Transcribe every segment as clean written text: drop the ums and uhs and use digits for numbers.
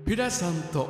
ピラさんと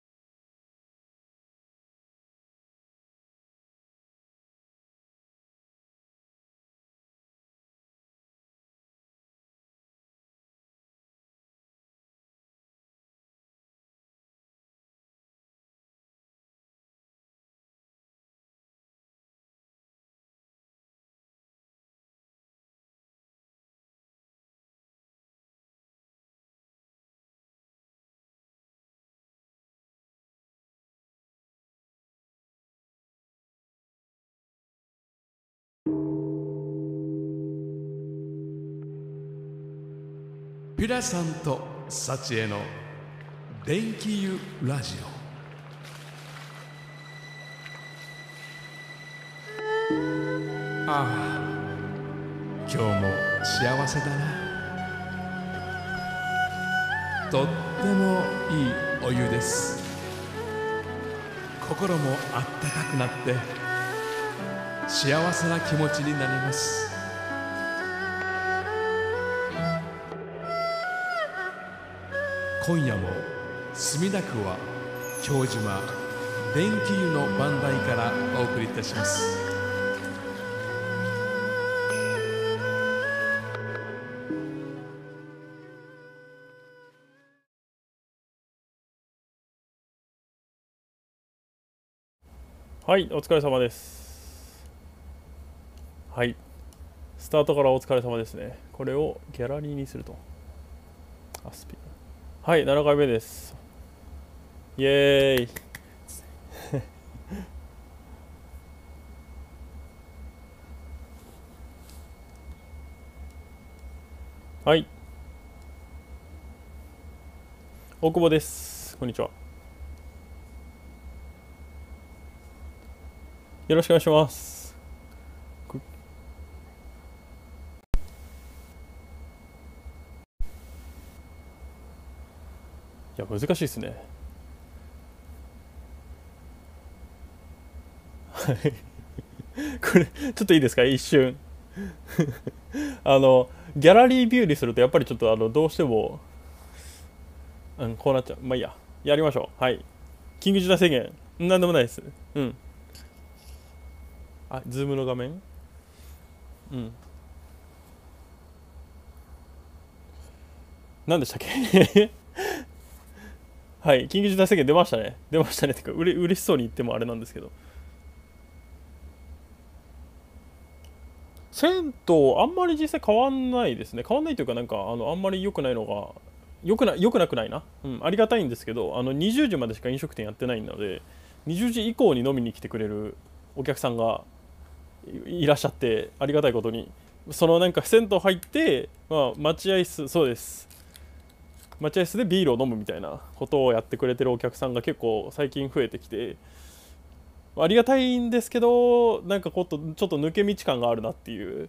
ピラさんとサチエの電気湯ラジオ。ああ、今日も幸せだな。とってもいいお湯です。心もあったかくなって幸せな気持ちになります。今夜も墨田区は京島電気湯の番台からお送りいたします。 はい、お疲れ様です。はい、スタートからお疲れ様ですね。これをギャラリーにすると。はい、7回目です。イエーイ。はい、大久保です。こんにちは。よろしくお願いします。いや、難しいですね。これ、ちょっといいですか、一瞬。ギャラリービューにすると、やっぱりちょっとどうしても、こうなっちゃう。まあいいや。やりましょう。はい。緊急事態宣言。なんでもないです。うん。あ、ズームの画面。うん。何でしたっけ？はい、緊急事態宣言出ましたね。出ましたね。てか、嬉しそうに言ってもあれなんですけど。銭湯、あんまり実際変わんないですね。変わんないというか、なんか、あんまり良くないのが、良くなくないな。うん、ありがたいんですけど、20時までしか飲食店やってないので、20時以降に飲みに来てくれるお客さんがいらっしゃって、ありがたいことに。そのなんか銭湯入って、まあ、待合室、そうです。待合室でビールを飲むみたいなことをやってくれてるお客さんが結構最近増えてきて、ありがたいんですけど、なんかちょっと抜け道感があるなっていう。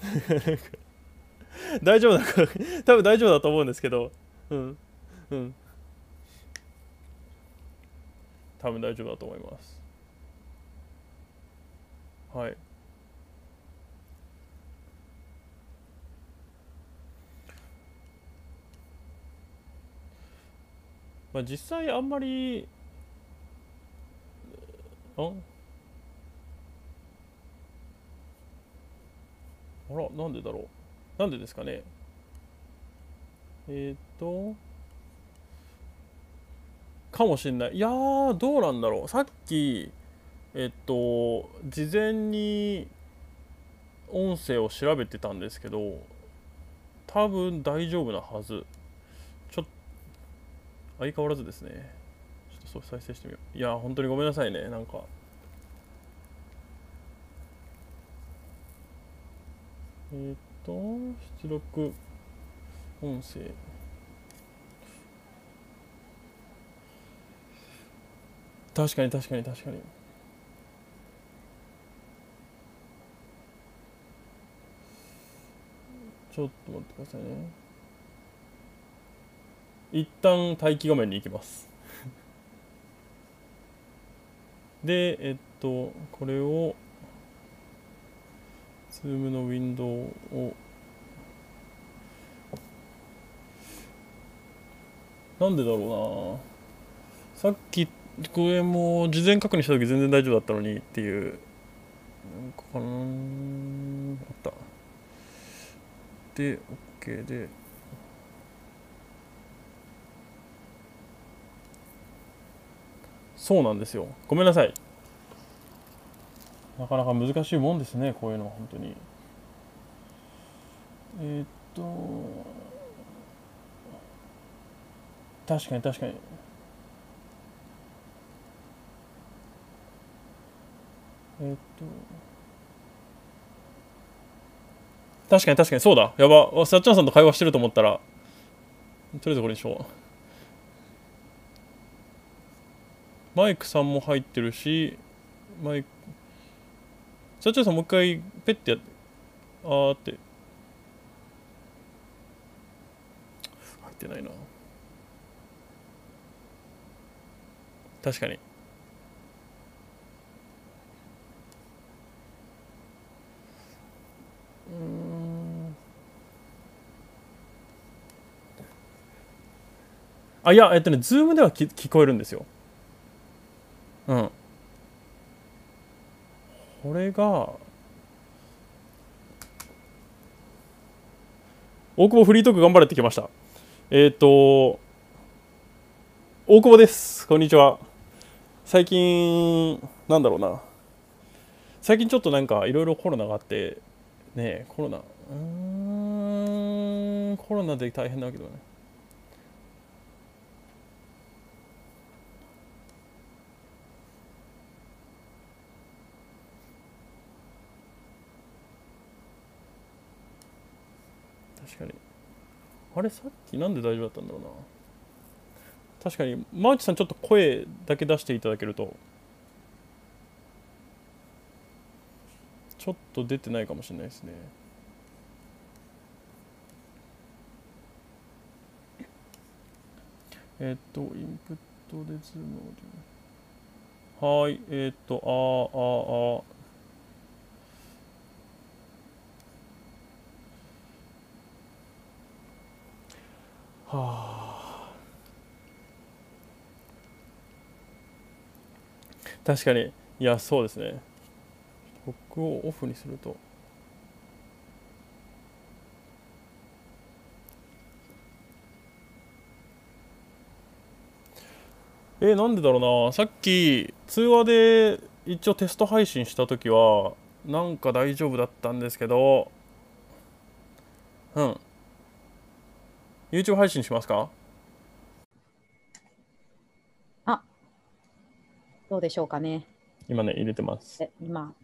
大丈夫だから多分大丈夫だと思うんですけど、うん、うん、多分大丈夫だと思います。はい。まあ、実際あんまり、あら、なんでだろう。なんでですかね。えーっと、かもしんない。いやー、どうなんだろう。さっき、事前に音声を調べてたんですけど、多分大丈夫なはず。ちょっと相変わらずですね。ちょっとそう再生してみよう。いや、本当にごめんなさいね。なんか、えーっ出力、音声。確かに確かに確かに。ちょっと待ってくださいね。一旦待機画面に行きます。で、これを、ズームのウィンドウを、なんでだろさっきこれも事前確認した時全然大丈夫だったのにっていう、なんかかなあったで OK で、そうなんですよ。ごめんなさい。なかなか難しいもんですね、こういうのは本当に。えーっと確かに確かに。えーっと確かに確かにそうだ。やば。さっちゃんさんと会話してると思ったら、とりあえずこれにしよう。マイクさんも入ってるし、マイク、さっちゃんさんもう一回ペッてやって、あーって。入ってないな。確かに。あ、いや、ズームでは聞こえるんですよ。うん。これが、大久保フリートーク頑張れってきました。えっ、と、大久保です。こんにちは。最近、なんだろうな。最近ちょっとなんかいろいろコロナがあって、ねえ、コロナ。コロナで大変なわけだよね。確かに。あれ、さっきなんで大丈夫だったんだろうな。確かに、マーチさんちょっと声だけ出していただけると、ちょっと出てないかもしれないですね。インプットでズームオーディオ。はい、はあ、確かに。いや、そうですね。僕をオフにすると。なんでだろうな。さっき、通話で一応テスト配信したときは、なんか大丈夫だったんですけど、うん。YouTube 配信しますか？ あ、どうでしょうかね。 今ね、入れてます。 今、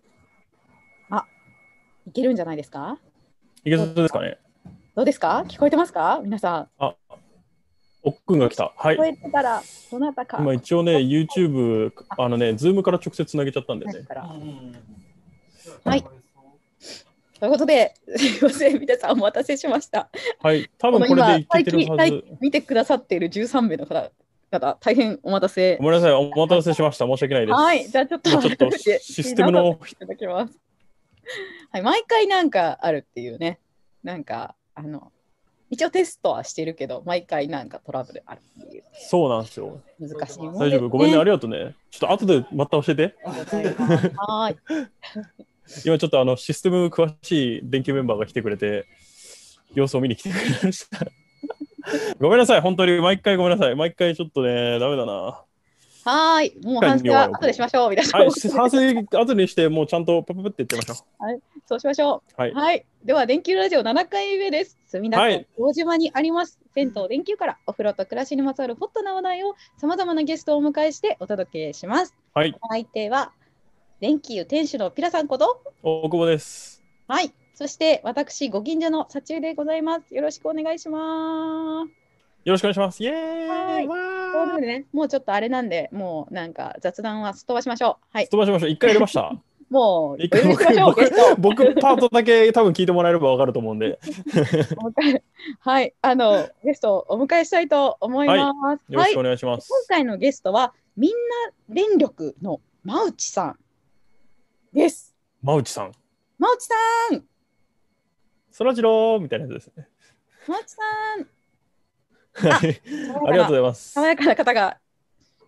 いけるんじゃないですか？ いけそうですかね？ どうですか？聞こえてますか皆さん。 あ、おっくんが来た。はい。 聞こえてたら、どなたか。 今一応ね、YouTube、Zoom から直接つなげちゃったんでね。 はい。ということで、すいません、皆さんお待たせしました。 はい。多分これでいけてるはず。 最近見てくださっている13名の方々、大変お待たせ。 ごめんなさい、お待たせしました。申し訳ないです。 はい。じゃあちょっとシステムの。 いただきます。はい。毎回なんかあるっていうね。なんか、一応テストはしてるけど、毎回なんかトラブルあるっていう。 そうなんですよ。 難しいもんですね。 大丈夫。ごめんね、ありがとうね。ちょっと後でまた教えて。 はい。 今ちょっとシステム詳しい電気メンバーが来てくれて、様子を見に来てくれました。ごめんなさい、本当に毎回ごめんなさい。毎回ちょっとね、ダメだな。 はい、もう反省は後でしましょう、皆さん。 はい、反省後にして、もうちゃんとパパパって言ってみましょう。はい、そうしましょう。 はい。 はい、では、電球ラジオ7回目です。墨田区大島にあります、銭湯電球からお風呂と暮らしにまつわるホットな話題をさまざまなゲストをお迎えしてお届けします。 はい。 お相手は、電球店主のピラさんこと、 大久保です。 はい、そして私、ご近所の幸恵でございます。よろしくお願いします。 よろしくお願いします。イエーイ。 ということでね、もうちょっとあれなんで、もうなんか雑談はすっ飛ばしましょう。はい。 すっ飛ばしましょう。一回入れました。 もう、 僕パートだけ多分聞いてもらえれば分かると思うんで。 はい、ゲストをお迎えしたいと思います。 はい、よろしくお願いします。 今回のゲストは、みんな電力の真内さんです。 真内さん。 真内さん。 そらジローみたいなやつですね。 真内さん。 はい、ありがとうございます。 爽やかな方が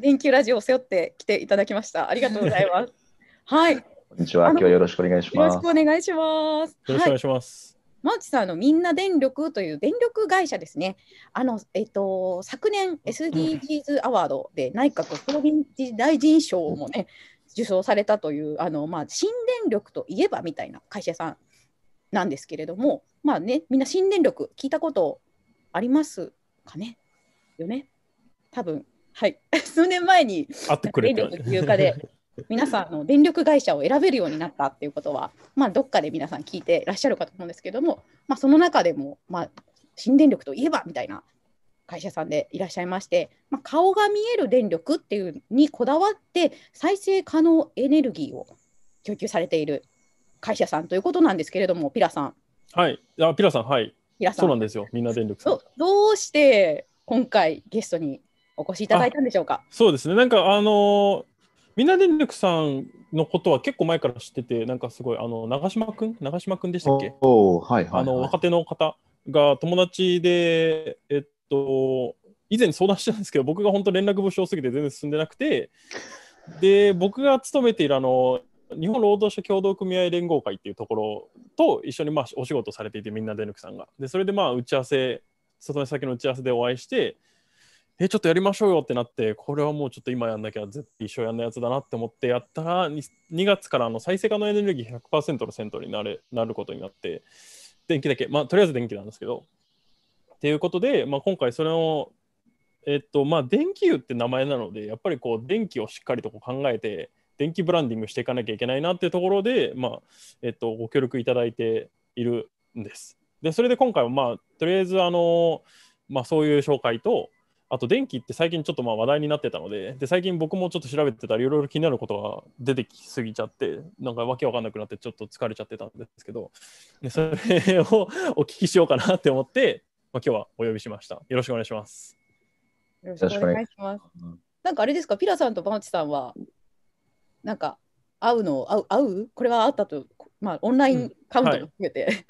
電気ラジオを背負って来ていただきました。ありがとうございます。はい。 こんにちは。今日はよろしくお願いしよろします。 くお願いします。 よろしくお願いします。 マーチさんのみんな電力という電力会社ですね。昨年 SDGs アワードで内閣総理大臣賞もね、受賞されたという、新電力といえばみたいな会社さんなんですけれども、まあね、みんな新電力聞いたことありますかねよね。多分、はい。数年前に電力自由化で皆さんの電力会社を選べるようになったっていうことは、どっかで皆さん聞いてらっしゃるかと思うんですけども、その中でも、新電力といえばみたいな会社さんでいらっしゃいまして、顔が見える電力っていうにこだわって再生可能エネルギーを供給されている会社さんということなんですけれども、ピラさん。 はい。ピラさん、はい。そうなんですよ。みんな電力さん。 どうして今回ゲストにお越しいただいたんでしょうか。 そうですね。なんかみんな電力さんのことは結構前から知ってて、なんかすごい長島くんでしたっけ？ はいはい、 若手の方が友達で以前に相談してたんですけど、僕が本当連絡不詳すぎて全然進んでなくて、で僕が勤めている日本労働者協同組合連合会っていうところと一緒にお仕事されていて、みんな電力さんがで、それで打ち合わせ、勤め先の打ち合わせでお会いして、ちょっとやりましょうよってなって、これはもうちょっと今やんなきゃ絶対一生やんないやつだなって思ってやったら、2月から再生可能エネルギー 100% の銭湯になることになって、電気だけ、とりあえず電気なんですけどっていうことで、今回それを電気湯って名前なので、やっぱりこう電気をしっかりと考えて電気ブランディングしていかなきゃいけないなっていうところで、ご協力いただいているんです。でそれで今回はとりあえずそういう紹介と、あと電気って最近ちょっと話題になってたので、最近僕もちょっと調べてたらいろいろ気になることが出てきすぎちゃって、なんかわけわかんなくなってちょっと疲れちゃってたんですけど、でそれをお聞きしようかなって思って、今日はお呼びしました。よろしくお願いします。 よろしくお願いします。なんかあれですか、ピラさんとバウチさんはなんか会うこれはあったと、オンラインカウントも含めて、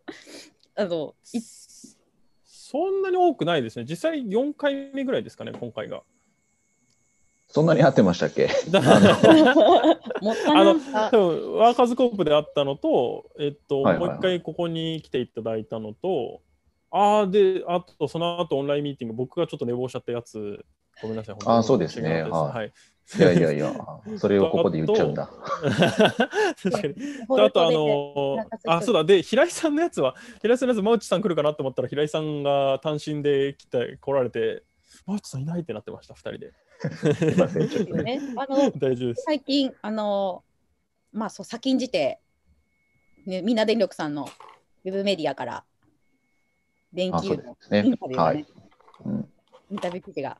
そんなに多くないですね。実際4回目ぐらいですかね、今回が。 そんなに会ってましたっけ？ 多分ワーカーズコープで会ったのと、もう一回ここに来ていただいたのと、あとその後オンラインミーティング、僕がちょっと寝坊しちゃったやつ、ごめんなさい。 そうですね。 はい。 いや、それをここで言っちゃうんだ。 確かに。あとそうだ。で、平井さんのやつ、真内さん来るかなと思ったら、平井さんが単身で来られて、真内さんいないってなってました、2人で。 すいません、ちょっとね。 大丈夫です。 最近、先んじて、みんな電力さんのウェブメディアから、電気のインタビューがね、インタビュー記事が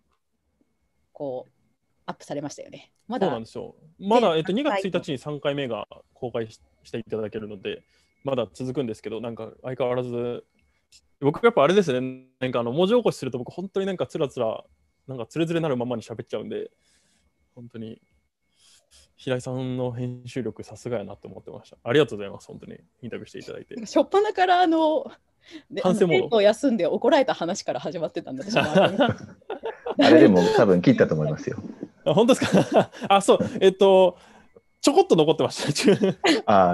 アップされましたよね。 そうなんですよ。まだ、2月1日に3回目が公開していただけるので、まだ続くんですけど、なんか相変わらず、僕やっぱあれですね、なんか文字起こしすると僕本当になんかつらつら、なんかつれづれなるままに喋っちゃうんで、本当に平井さんの編集力さすがやなって思ってました。ありがとうございます、本当にインタビューしていただいて。 初っ端から反省モードを休んで怒られた話から始まってたんだ。 あれでも多分切ったと思いますよ。 本当ですか？そう、ちょこっと残ってました。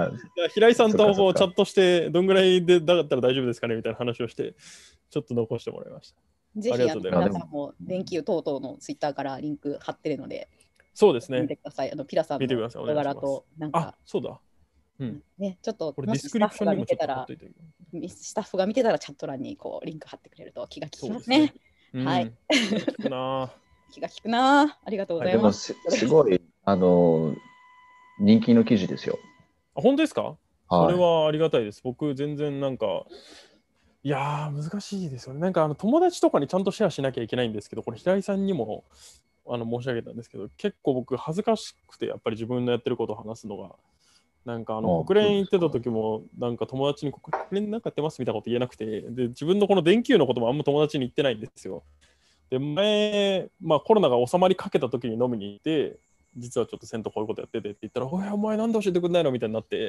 平井さんとチャットして、どんぐらいでだったら大丈夫ですかねみたいな話をして、ちょっと残してもらいました。 ぜひ皆さんも電気等々のツイッターからリンク貼ってるので、 そうですね。 見てください。ピラさんの人柄と、なんか、 そうだ。 ね、ちょっとディスクリプションにもちょっと貼っといて。 スタッフが見てたらチャット欄にリンク貼ってくれると気が利きますね。はい。気が利くな。ありがとうございます。 すごい人気の記事ですよ。 本当ですか？それはありがたいです。僕全然なんかいや難しいですよね。なんか友達とかにちゃんとシェアしなきゃいけないんですけど、これ平井さんにも申し上げたんですけど、結構僕恥ずかしくてやっぱり自分のやってることを話すのが。なんか国連行ってた時もなんか友達に国連なんかやってますみたいなこと言えなくて、で自分のこの電球のこともあんま友達に言ってないんですよ。で前、コロナが収まりかけた時に飲みに行って、実はちょっと銭湯こういうことやっててって言ったら、お前なんで教えてくれないのみたいになって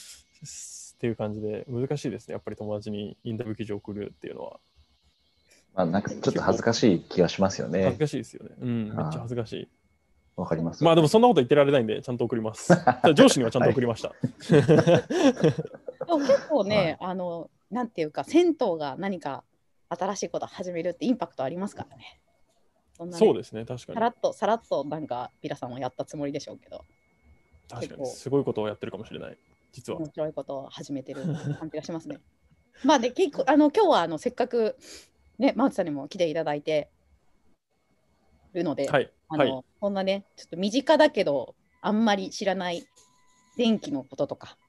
っていう感じで難しいですね、やっぱり友達にインタビュー記事を送るっていうのは。 まあ、なんかちょっと恥ずかしい気がしますよ恥ずね。 かしいですよね。めっちゃ恥ずかしい。 わかります。 まあでもそんなこと言ってられないんで、ちゃんと送ります。上司にはちゃんと送りました。 でも結構ね、 はなんていうか、銭湯が何か新しいことを始めるってインパクトありますからね。そんなね、 そうですね、確かに。 さらっとなんかピラさんもやったつもりでしょうけど、 確かに、すごいことをやってるかもしれない。実は。 面白いことを始めてる感じがしますね。まあで、結構、今日はせっかく、ね、マーチさんにも来ていただいてるので、 はい。 こんなね、ちょっと身近だけど、あんまり知らない電気のこととか、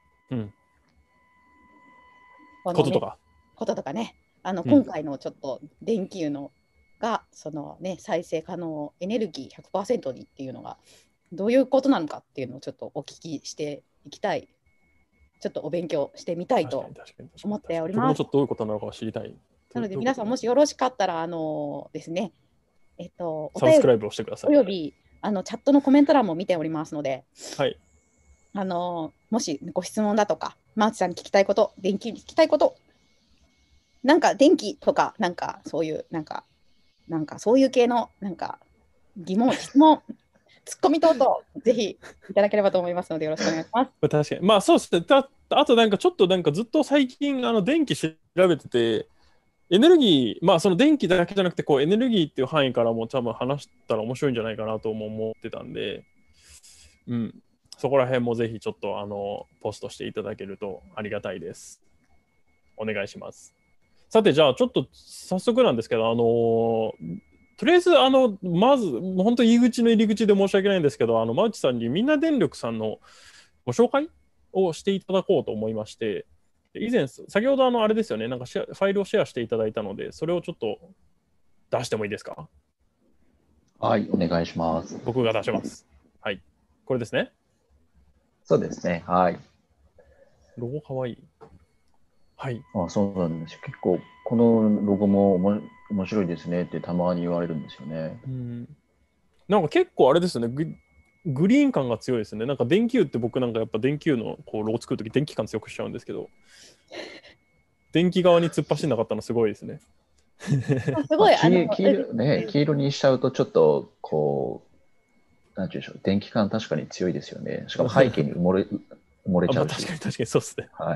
こととかね、今回のちょっと電気湯のが、そのね、再生可能エネルギー 100% にっていうのが、どういうことなのかっていうのをちょっとお聞きしていきたい。ちょっとお勉強してみたいと思っております。 僕もちょっとどういうことなのかを知りたい。 なので皆さんもしよろしかったらですね、 サブスクライブをしてください。 およびチャットのコメント欄も見ておりますので、 はい。 もしご質問だとか、マーチさんに聞きたいこと、電気に聞きたいこと、なんか電気とか、なんかそういうそういう系の疑問、質問、ツッコミ等々、ぜひいただければと思いますので、よろしくお願いします。 確かに。まあそうですね。あとちょっとずっと最近電気調べてて、エネルギー、まあその電気だけじゃなくてエネルギーっていう範囲からも多分話したら面白いんじゃないかなとも思ってたんで、そこら辺もぜひちょっとポストしていただけるとありがたいです。お願いします。さてじゃあちょっと早速なんですけど、とりあえずまず本当入り口の入り口で申し訳ないんですけど、マウチさんにみんな電力さんのご紹介をしていただこうと思いまして、以前先ほどあれですよね、ファイルをシェアしていただいたので、それをちょっと出してもいいですか？ はい、お願いします。 僕が出します。はい、これですね。 そうですね。はい。 ロゴかわいい。はい。 そうなんですよ。結構このロゴも面白いですねってたまに言われるんですよね。 なんか結構あれですね、グリーン感が強いですね。なんか電球って僕やっぱ電球のロゴ作るとき電気感強くしちゃうんですけど、電気側に突っ走んなかったのすごいですね。 すごい黄色にしちゃうとちょっとなんていうんでしょう、電気感確かに強いですよね。しかも背景に埋もれちゃうし。 確かにそうですね。 はい。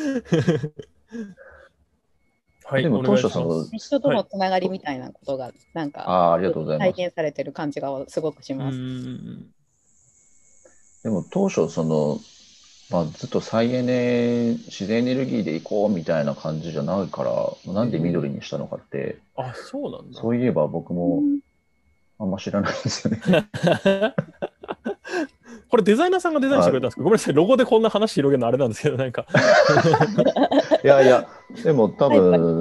はい、 でも当初人とのつながりみたいなことがありがとうございます。 体現されてる感じがすごくします。 でも当初ずっと再エネ自然エネルギーでいこうみたいな感じじゃないから、なんで緑にしたのかって、 そうなんだ。 そういえば僕もあんま知らないんですよね。 これデザイナーさんがデザインしてくれたんですか？ごめんなさい、ロゴでこんな話広げるのあれなんですけど、いや、でも多分、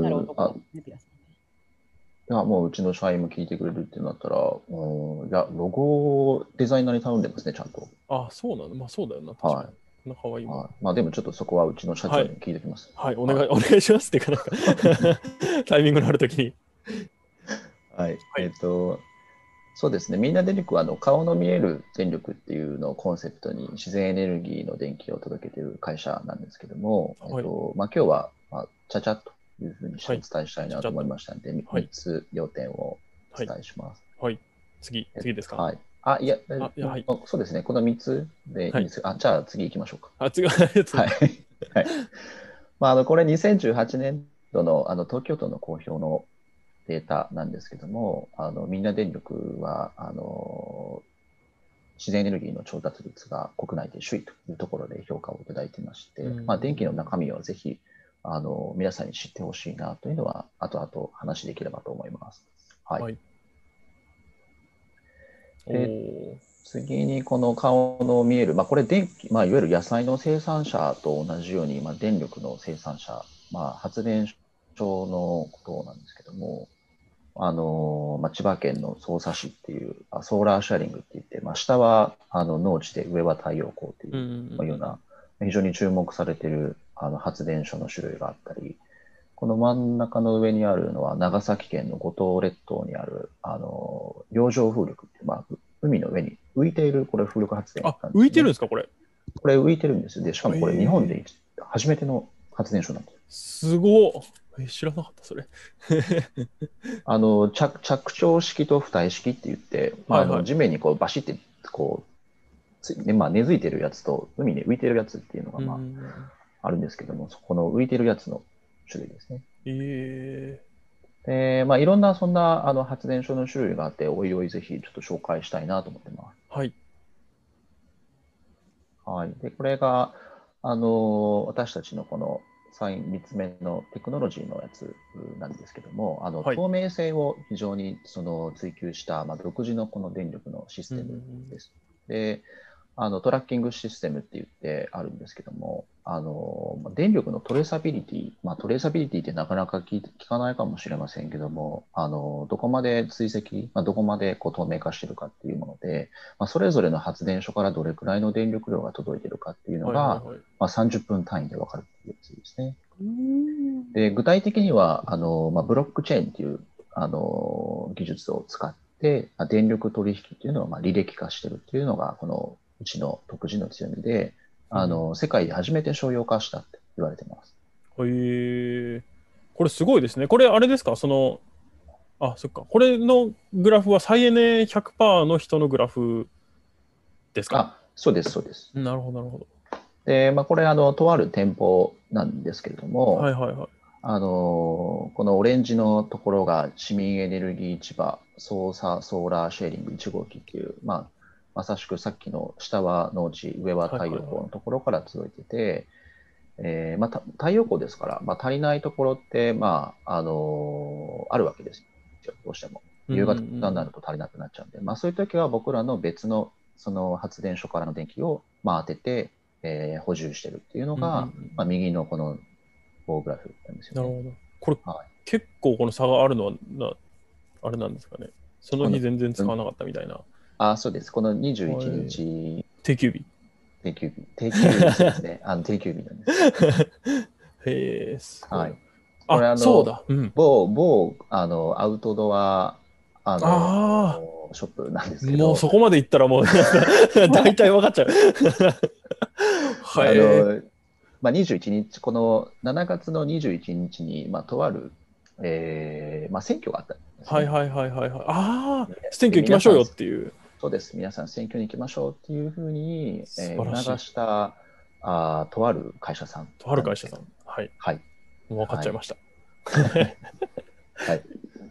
もううちの社員も聞いてくれるってなったら、ロゴデザイナーに頼んでますね、ちゃんと。 そうなの。まあそうだよな。 はい。 かわいい。 でもちょっとそこはうちの社長に聞いてきます。 はい、お願いしますっていうか、タイミングのあるときに。 はい。そうですね。みんな電力は顔の見える電力っていうのをコンセプトに自然エネルギーの電気を届けている会社なんですけども、今日は、ちゃちゃっというふうにしてお伝えしたいなと思いましたので、3つ要点をお伝えします。 はい。次ですか？ はい。そうですね。この3つでいいですか？じゃあ次行きましょうか。 次は、 はい。これ2018年度の東京都の公表のデータなんですけども、みんな電力は自然エネルギーの調達率が国内で首位というところで評価をいただいていまして、電気の中身をぜひ皆さんに知ってほしいなというのは後々話できればと思います。はい。で次にこの顔の見える、これ電気、いわゆる野菜の生産者と同じように、電力の生産者、発電所のことなんですけども、千葉県の匝瑳市っていうソーラーシェアリングって言って、下は農地で上は太陽光っていうような非常に注目されている発電所の種類があったり、この真ん中の上にあるのは長崎県の五島列島にある洋上風力っていう、海の上に浮いているこれ風力発電なんですね。 浮いてるんですかこれ？ これ浮いてるんですよ。でしかもこれ日本で初めての発電所なんです。 すごっ。 知らなかったそれ。 着床式と浮体式って言って、 はいはい。 地面にこうバシってこう根付いてるやつと海に浮いてるやつっていうのが、あるんですけども、そこの浮いてるやつの種類ですね。で、いろんなそんな発電所の種類があって、おいおいぜひちょっと紹介したいなと思ってます。 はい。 はい。で、これが、私たちのこの3つ目のテクノロジーのやつなんですけども、 はい、 透明性を非常に追求した、独自のこの電力のシステムです。で、トラッキングシステムって言ってあるんですけども、電力のトレーサビリティ、トレーサビリティってなかなか聞かないかもしれませんけども、どこまで追跡、どこまでこう透明化しているかっていうもので、それぞれの発電所からどれくらいの電力量が届いているかっていうのが、30分単位で分かるっていうやつですね。で、具体的には、ブロックチェーンっていう技術を使って、電力取引っていうのを履歴化しているっていうのが、このうちの独自の強みで、世界で初めて商用化したって言われてます。 これすごいですね。これあれですか、そっか。これのグラフは再エネ 100% の人のグラフですか？ そうです、そうです。 なるほど、なるほど。 で、これとある店舗なんですけれども、このオレンジのところが市民エネルギー市場ソーラーシェーリング1号機っていう、まさしくさっきの下は農地、上は太陽光のところから届いてて、太陽光ですから、足りないところって、あるわけですよ、どうしても。夕方になると足りなくなっちゃうんで、そういう時は僕らの別のその発電所からの電気を当てて、補充してるっていうのが、右のこの棒グラフなんですよね。 なるほど。これ、結構この差があるのはあれなんですかね。その日全然使わなかったみたいな。 そうです。この21日。 定休日。 定休日ですね。定休日なんです。 へえ、すごい。 これそうだ。 某アウトドアショップなんですけど。 もうそこまで行ったらもう大体分かっちゃう。 21日、この7月の21日に、とある、選挙があったんですね。 選挙行きましょうよっていう。 そうです。皆さん選挙に行きましょうっていうふうに、促したとある会社さん。 とある会社さん。はい。 はい。 もう分かっちゃいました。 はい。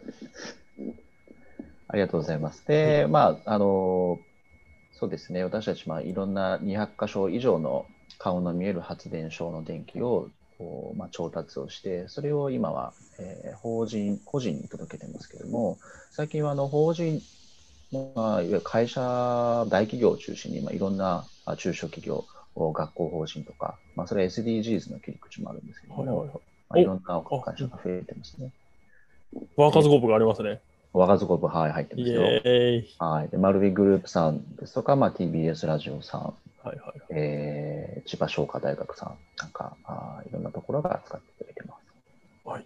ありがとうございます。で、そうですね。私たち、いろんな200箇所以上の顔の見える発電所の電気を調達をして、それを今は、個人に届けてますけども、最近は法人、いわゆる会社、大企業を中心に、いろんな中小企業、学校法人とか、それは SDGs の切り口もあるんですけども、いろんな会社が増えてますね。 ワーカーズコープがありますね。 ワーカーズコープ、入ってますよ。はい。で、マルビグループさんですとか、TBS ラジオさん、千葉商科大学さんなんかいろんなところが使っていただいてます。 はい。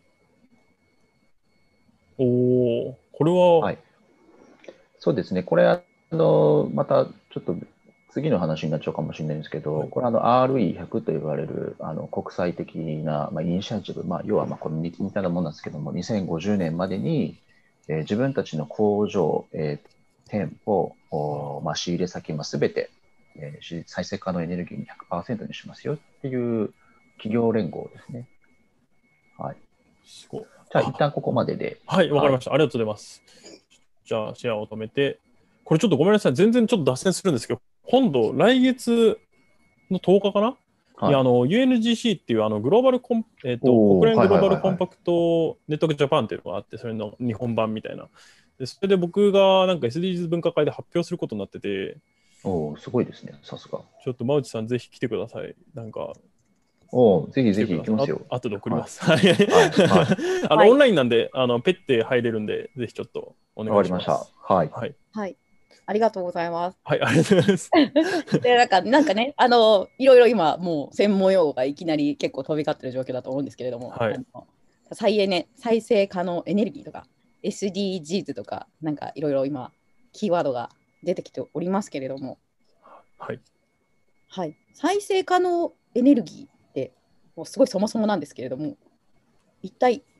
これは、 はい、そうですね。これまたちょっと次の話になっちゃうかもしれないんですけど、これRE100 と言われる国際的な、イニシアチブ、要はこの似たようなものなんですけども、2050年までに、自分たちの工場、店舗、仕入れ先もすべて再生可能エネルギーに 100% にしますよっていう企業連合ですね。はい。 すごい。 じゃあ一旦ここまでで。 はい、わかりました。ありがとうございます。じゃあシェアを止めて、これちょっとごめんなさい。全然ちょっと脱線するんですけど、今度来月の10日かな、UNGC っていうグローバル国連グローバルコンパクトネットワークジャパンっていうのがあって、それの日本版みたいな。でそれで僕がなんか SDGs 分科会で発表することになってて、 すごいですね、さすが。 ちょっと馬内さんぜひ来てください。なんかぜひぜひ行きますよ。 あとで送ります。オンラインなんでペッて入れるんで、ぜひちょっとお願いします。 わかりました。はい。 はい。ありがとうございます。 はい、ありがとうございます。 で、なんかね、いろいろ今、もう専門用語がいきなり結構飛び交ってる状況だと思うんですけれども、再エネ、再生可能エネルギーとか、SDGs とか、なんかいろいろ今、キーワードが出てきておりますけれども、 はい。 はい。再生可能エネルギーって、もうすごいそもそもなんですけれども、一体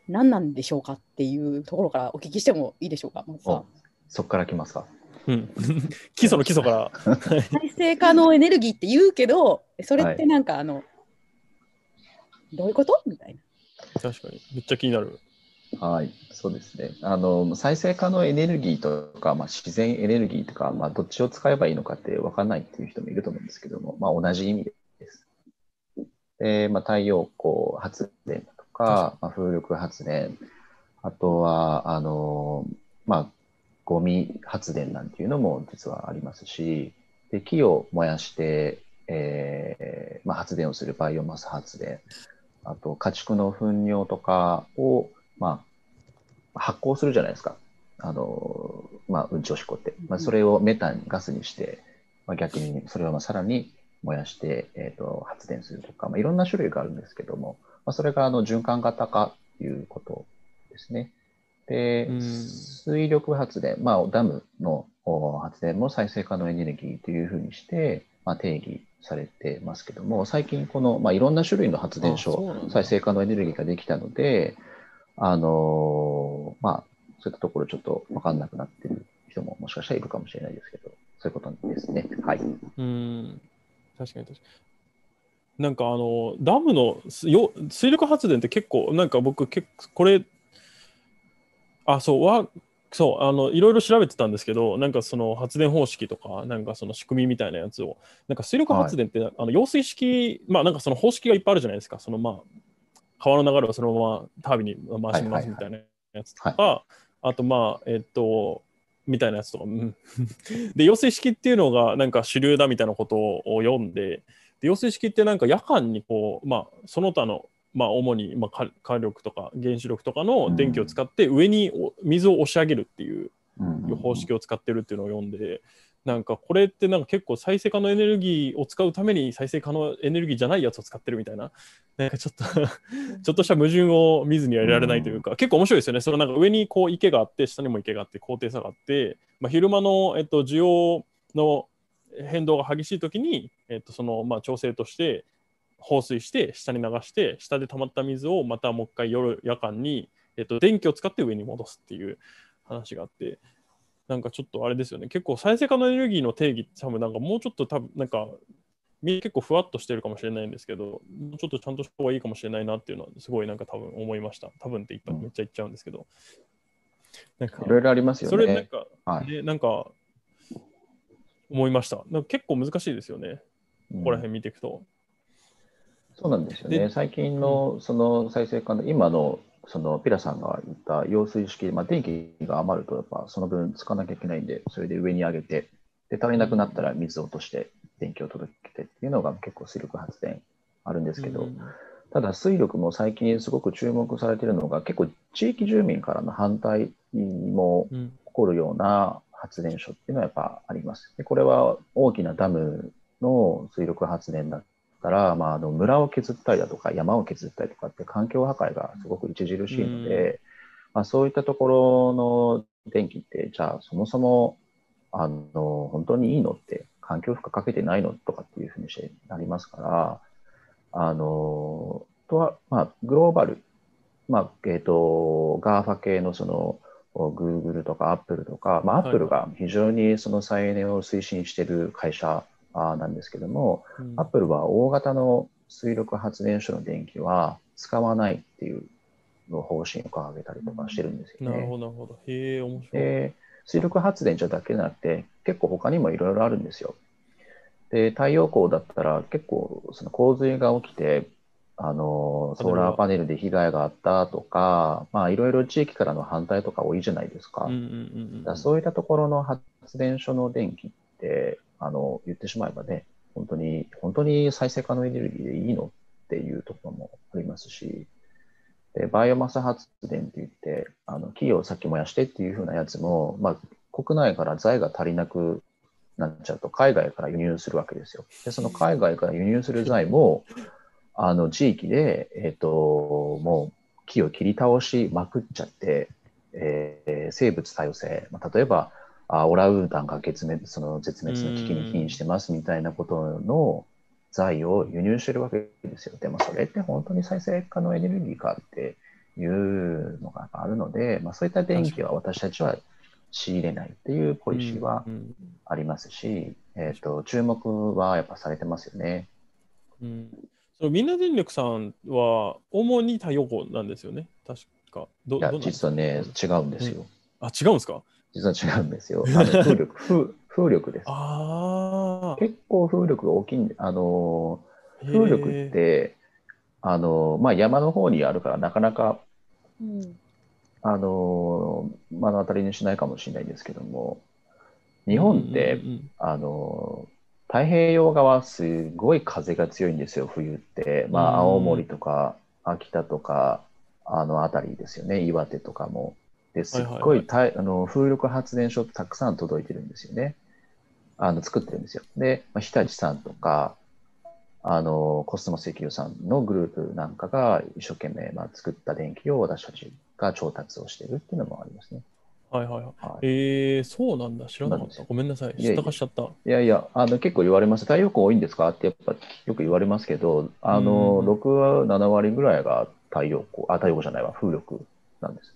何なんでしょうかっていうところからお聞きしてもいいでしょうか、松さん。 そこから来ますか。 うん、基礎の基礎から。 再生可能エネルギーって言うけど、それってなんかどういうことみたいな。 確かに、めっちゃ気になる。 はい、そうですね。再生可能エネルギーとか、自然エネルギーとか、どっちを使えばいいのかって分かんないっていう人もいると思うんですけども、同じ意味です。で、太陽光発電とか、風力発電、あとは、ゴミ発電なんていうのも実はありますし、で木を燃やして、発電をするバイオマス発電、あと家畜の糞尿とかを、発酵するじゃないですか。うんちおしっこって。それをメタンガスにして、逆にそれをさらに燃やして、発電するとか、いろんな種類があるんですけども、それが循環型化ということですね。で、水力発電、ダムの発電も再生可能エネルギーというふうにして、定義されてますけども、最近この、いろんな種類の発電所、再生可能エネルギーができたので、そういったところちょっと分かんなくなっている人ももしかしたらいるかもしれないですけど、そういうことですね。はい。 確かに確かに。なんかダムの水力発電って結構、なんか僕これ、そういろいろ調べてたんですけど、なんかその発電方式とか、なんかその仕組みみたいなやつを、なんか水力発電って、揚水式、なんかその方式がいっぱいあるじゃないですか。その川の流れをそのままタービンに回しますみたいなやつとか、あとみたいなやつとか、で、揚水式っていうのがなんか主流だみたいなことを読んで、揚水式ってなんか夜間にこう、その他の主に火力とか原子力とかの電気を使って上に水を押し上げるっていう方式を使ってるっていうのを読んで、なんかこれってなんか結構再生可能エネルギーを使うために再生可能エネルギーじゃないやつを使ってるみたいな、なんかちょっとした矛盾を見ずにはいられないというか、結構面白いですよね。そのなんか上にこう池があって下にも池があって高低差があって、昼間の需要の変動が激しい時にその調整として放水して下に流して下で溜まった水をまたもう一回夜間に電気を使って上に戻すっていう話があって、なんかちょっとあれですよね。結構再生可能エネルギーの定義って多分なんかもうちょっとなんかみんな結構ふわっとしてるかもしれないんですけど、ちょっとちゃんとした方がいいかもしれないなっていうのはすごいなんか多分思いました。多分ってめっちゃ言っちゃうんですけど。 なんかいろいろありますよね。 それなんか、なんか思いました。なんか結構難しいですよね。ここら辺見ていくと。 そうなんですよね。最近のその再生可能、今のそのピラさんが言った揚水式、電気が余るとやっぱその分使わなきゃいけないんで、それで上に上げて、で足りなくなったら水を落として電気を届けてっていうのが結構水力発電あるんですけど、ただ水力も最近すごく注目されているのが、結構地域住民からの反対も起こるような発電所っていうのはやっぱあります。でこれは大きなダムの水力発電だったら、村を削ったりだとか山を削ったりとかって環境破壊がすごく著しいので、そういったところの電気ってじゃあそもそも本当にいいのって環境負荷かけてないのとかっていうふうにしてなりますから、とはグローバル、GAFA 系のそのGoogle とか Apple とか、Apple が非常にその再エネを推進している会社なんですけども、Apple は大型の水力発電所の電気は使わないっていうの方針を掲げたりとかしてるんですよね。 なるほど、なるほど。へえ、面白い。 で、水力発電所だけじゃなくて、結構他にもいろいろあるんですよ。で、太陽光だったら結構その洪水が起きて、ソーラーパネルで被害があったとか、いろいろ地域からの反対とか多いじゃないですか。そういったところの発電所の電気って、言ってしまえばね、本当に再生可能エネルギーでいいのっていうところもありますし、でバイオマス発電って言って、木をさっき燃やしてっていう風なやつも、国内から財が足りなくなっちゃうと海外から輸入するわけですよ。で、その海外から輸入する財も、地域で、もう木を切り倒しまくっちゃって、生物多様性、例えばオランウータンが絶滅の危機に瀕してますみたいなことの財を輸入してるわけですよ。でもそれって本当に再生可能エネルギーかっていうのがあるので、そういった電気は私たちは仕入れないっていうポリシーはありますし、注目はやっぱされてますよね。 そのみんな電力さんは主に太陽光なんですよね、確か。 いや、実はね、違うんですよ。 違うんですか？ 実は違うんですよ。風力です。結構風力が大きいんで、風力って、山の方にあるからなかなか、目の当たりにしないかもしれないですけども、日本って、太平洋側すごい風が強いんですよ、冬って。青森とか秋田とか、辺りですよね、岩手とかも。ですっごい風力発電所ってたくさん届いてるんですよね。作ってるんですよ。で、日立さんとか、コスモ石油さんのグループなんかが一生懸命、作った電気を私たちが調達をしているっていうのもありますね。 そうなんだ。知らなかった。ごめんなさい。知ったかしちゃった。 いやいや、結構言われます。太陽光多いんですかってやっぱよく言われますけど、6、7割ぐらいが太陽光じゃないわ、風力なんです。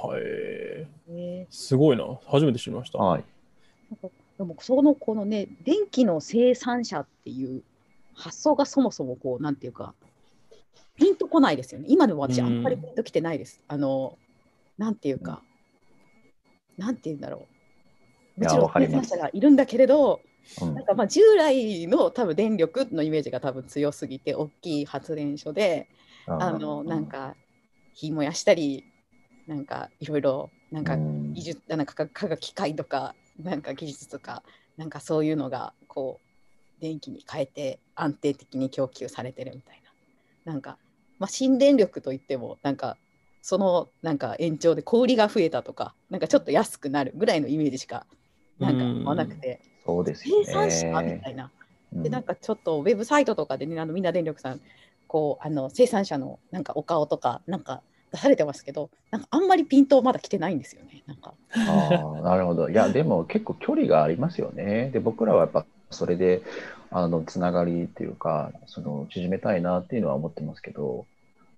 すごいな。初めて知りました。 でもこのね、電気の生産者っていう発想がそもそもなんていうか、ピンとこないですよね。今でも私あんまりピンときてないです。なんていうか、なんていうんだろう。もちろん生産者がいるんだけれど、なんか従来の多分電力のイメージが多分強すぎて、大きい発電所で、なんか火燃やしたり、なんかいろいろなんか技術、なんか化学機械とかなんか技術とかなんかそういうのが電気に変えて安定的に供給されてるみたいな、なんか新電力といってもなんかそのなんか延長で小売りが増えたとか、なんかちょっと安くなるぐらいのイメージしかなんか合わなくて、 そうですよね、 生産者みたいな。でなんかちょっとウェブサイトとかでね、みんな電力さん生産者のなんかお顔とかなんか出されてますけど、なんかあんまりピントまだ来てないんですよね。なんかなるほど。いやでも結構距離がありますよね。で僕らはやっぱそれでつながりっていうか縮めたいなっていうのは思ってますけど、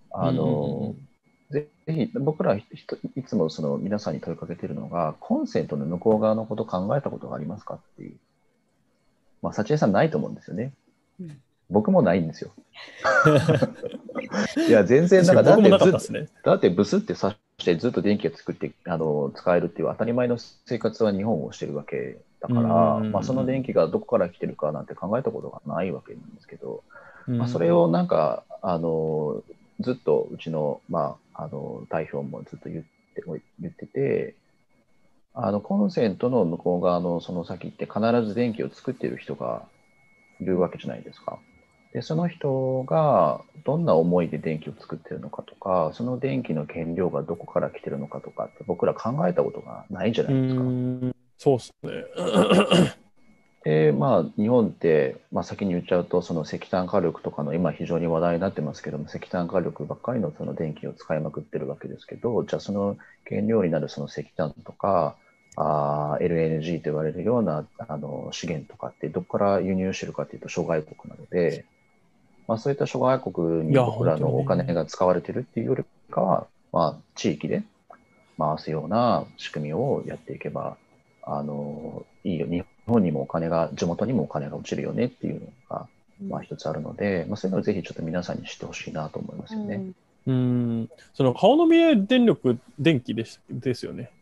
ぜひ僕らいつも皆さんに問いかけてるのが、コンセントの向こう側のこと考えたことがありますかっていう。幸恵さんないと思うんですよね。僕もないんですよ。いや全然だってブスってさしてずっと電気が作って使えるっていう当たり前の生活は日本をしてるわけだから、その電気がどこから来てるかなんて考えたことがないわけなんですけど、それをなんかずっとうちの、代表もずっと言ってて、コンセントの向こう側のその先って必ず電気を作っている人がいるわけじゃないですか。でその人がどんな思いで電気を作ってるのかとか、その電気の原料がどこから来てるのかとかって僕ら考えたことがないじゃないですか。 そうっすね。 で日本って、先に言っちゃうと石炭火力とかの今非常に話題になってますけども、石炭火力ばっかりの電気を使いまくってるわけですけど、じゃあその原料になる石炭とかLNG と言われるような資源とかってどこから輸入してるかっていうと諸外国なので、そういった諸外国に僕らのお金が使われてるっていうよりかは、地域で回すような仕組みをやっていけばいいよ、日本にもお金が、地元にもお金が落ちるよねっていうのが、一つあるので、そういうのをぜひちょっと皆さんに知ってほしいなと思いますよね。 その顔の見える電気ですよね。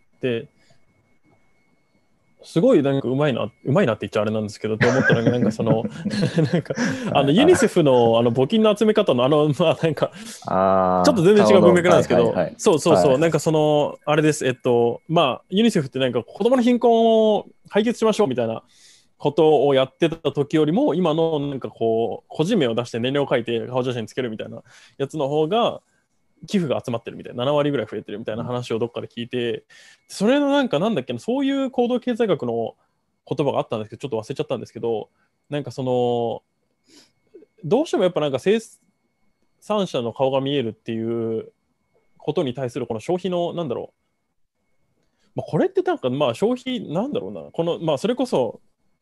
ですごいなんかうまいなって言っちゃあれなんですけどと思ったのがなんかなんかユニセフの募金の集め方のなんかちょっと全然違う文脈なんですけど、そうなんかあれです。ユニセフってなんか子供の貧困を解決しましょうみたいなことをやってた時よりも、今のなんか個人名を出して年齢を書いて顔写真つけるみたいなやつの方が寄付が集まってるみたいな、7割ぐらい増えてるみたいな話をどっかで聞いて、それのなんだっけ、そういう行動経済学の言葉があったんですけど、ちょっと忘れちゃったんですけど、なんかどうしてもやっぱなんか生産者の顔が見えるっていうことに対するこの消費のこれってなんか消費なんだろうな、それこそ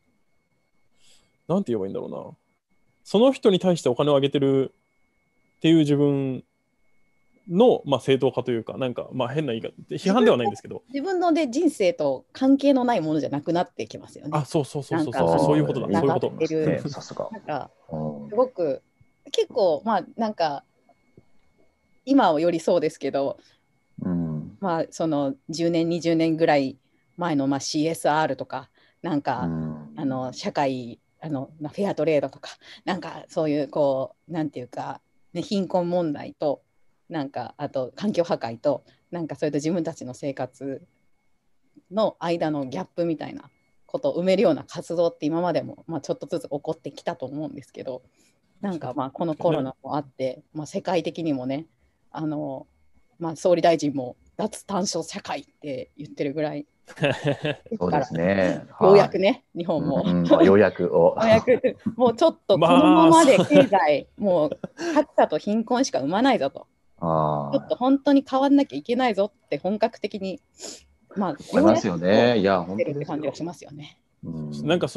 なんて言えばいいんだろうな、その人に対してお金をあげてるっていう自分の、まあ、正当化というか、なんか、まあ、変な言い方、批判ではないんですけど、 自分ので人生と関係のないものじゃなくなってきますよね。 あ、そうそうそうそうなんかそう、そういうことだ、 つながそういうこと。 ってる。 さすが。 なんかうんすごく結構まあなんか今よりそうですけど、 うんまあその10年20年ぐらい前のまあ CSR とかなんか社会まあフェアトレードとかなんかそういうこうなんていうか、ね、貧困問題となんかあと環境破壊となんかそれと自分たちの生活の間のギャップみたいなことを埋めるような活動って今までも、まあ、ちょっとずつ起こってきたと思うんですけど、なんかまあこのコロナもあって、まあ、世界的にもねまあ、総理大臣も脱炭素社会って言ってるぐらいそうですね。 ようやくね、日本も、 ようやくようやくもうちょっとこのままで経済、もう格差と貧困しか生まないぞと、ちょっと本当に変わんなきゃいけないぞって本格的に、まあ、 思いますよね。いや、 本当にって感じがしますよね。 なんか